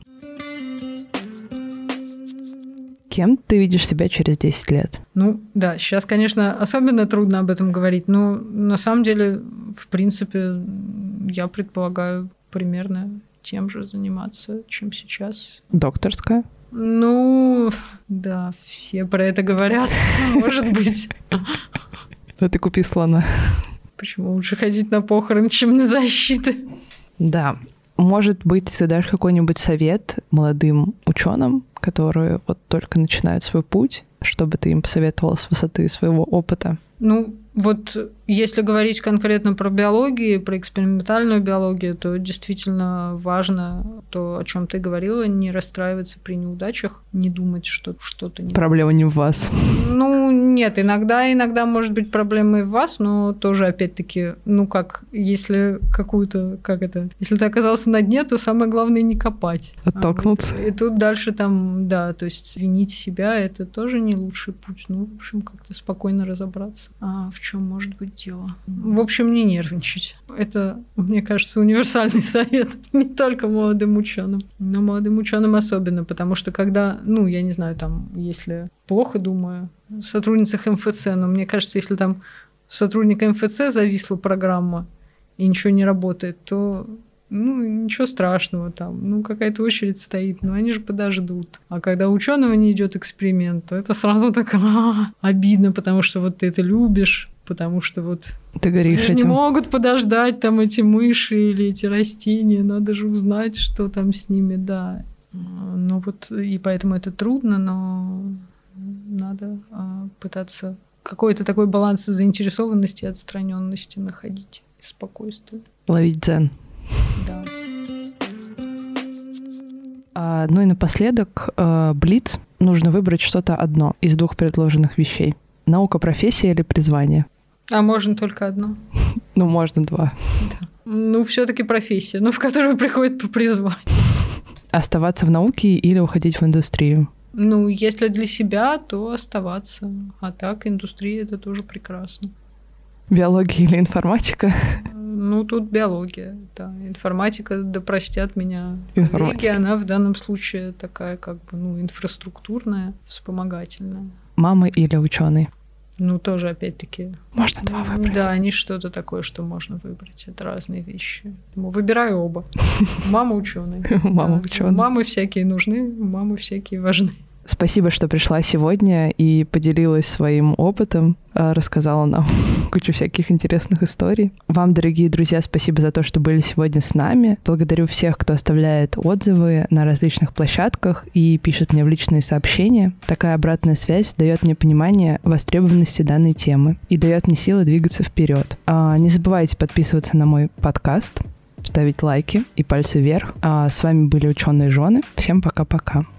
Кем ты видишь себя через десять лет? Ну да, сейчас, конечно, особенно трудно об этом говорить, но на самом деле, в принципе, я предполагаю примерно тем же заниматься, чем сейчас. Докторская? Ну, да, все про это говорят, может быть. Да ты купи слона. Почему лучше ходить на похороны, чем на защиты? Да. Может быть, ты дашь какой-нибудь совет молодым ученым, которые вот только начинают свой путь, чтобы ты им посоветовала с высоты своего опыта? Ну, вот если говорить конкретно про биологию, про экспериментальную биологию, то действительно важно то, о чем ты говорила, не расстраиваться при неудачах, не думать, что что-то не... Проблема не в вас. Ну, нет, иногда, иногда может быть проблема и в вас, но тоже, опять-таки, ну как, если какую-то, как это, если ты оказался на дне, то самое главное не копать. Оттолкнуться. А вот, и тут дальше там, да, то есть винить себя, это тоже не лучший путь. Ну, в общем, как-то спокойно разобраться, а в чем может быть дело. В общем, не нервничать. Это, мне кажется, универсальный совет не только молодым ученым, но молодым ученым особенно, потому что когда, ну, я не знаю, там, если плохо думаю, о сотрудницах эм эф цэ, но мне кажется, если там сотрудника эм эф цэ зависла программа и ничего не работает, то, ну, ничего страшного там, ну, какая-то очередь стоит, но они же подождут. А когда у ученого не идет эксперимент, то это сразу так а-а-а, обидно, потому что вот ты это любишь, потому что вот ты горишь они этим. Не могут подождать там эти мыши или эти растения, надо же узнать, что там с ними, да. Ну вот, и поэтому это трудно, но надо а, пытаться какой-то такой баланс заинтересованности и отстраненности находить, и спокойствия. Ловить дзен. Да. А, ну и напоследок, а, блиц. Нужно выбрать что-то одно из двух предложенных вещей. Наука, профессия или призвание? А можно только одно? Ну, можно два. Да. Ну, все-таки профессия, ну, в которую приходит по призванию. Оставаться в науке или уходить в индустрию? Ну, если для себя, то оставаться. А так, индустрия — это тоже прекрасно. Биология или информатика? Ну, тут биология, да. Информатика, да простят меня. Информатика. Биология, она в данном случае такая, как бы, ну, инфраструктурная, вспомогательная. Мама или ученый? Ну, тоже, опять-таки... Можно два выбрать. Да, они что-то такое, что можно выбрать. Это разные вещи. Выбираю оба. Мама ученый. Мама ученый. Мамы всякие нужны, мамы всякие важны. Спасибо, что пришла сегодня и поделилась своим опытом, рассказала нам кучу всяких интересных историй. Вам, дорогие друзья, спасибо за то, что были сегодня с нами. Благодарю всех, кто оставляет отзывы на различных площадках и пишет мне в личные сообщения. Такая обратная связь дает мне понимание востребованности данной темы и дает мне силы двигаться вперед. Не забывайте подписываться на мой подкаст. ставить лайки и пальцы вверх. А с вами были ученые жены. Всем пока-пока.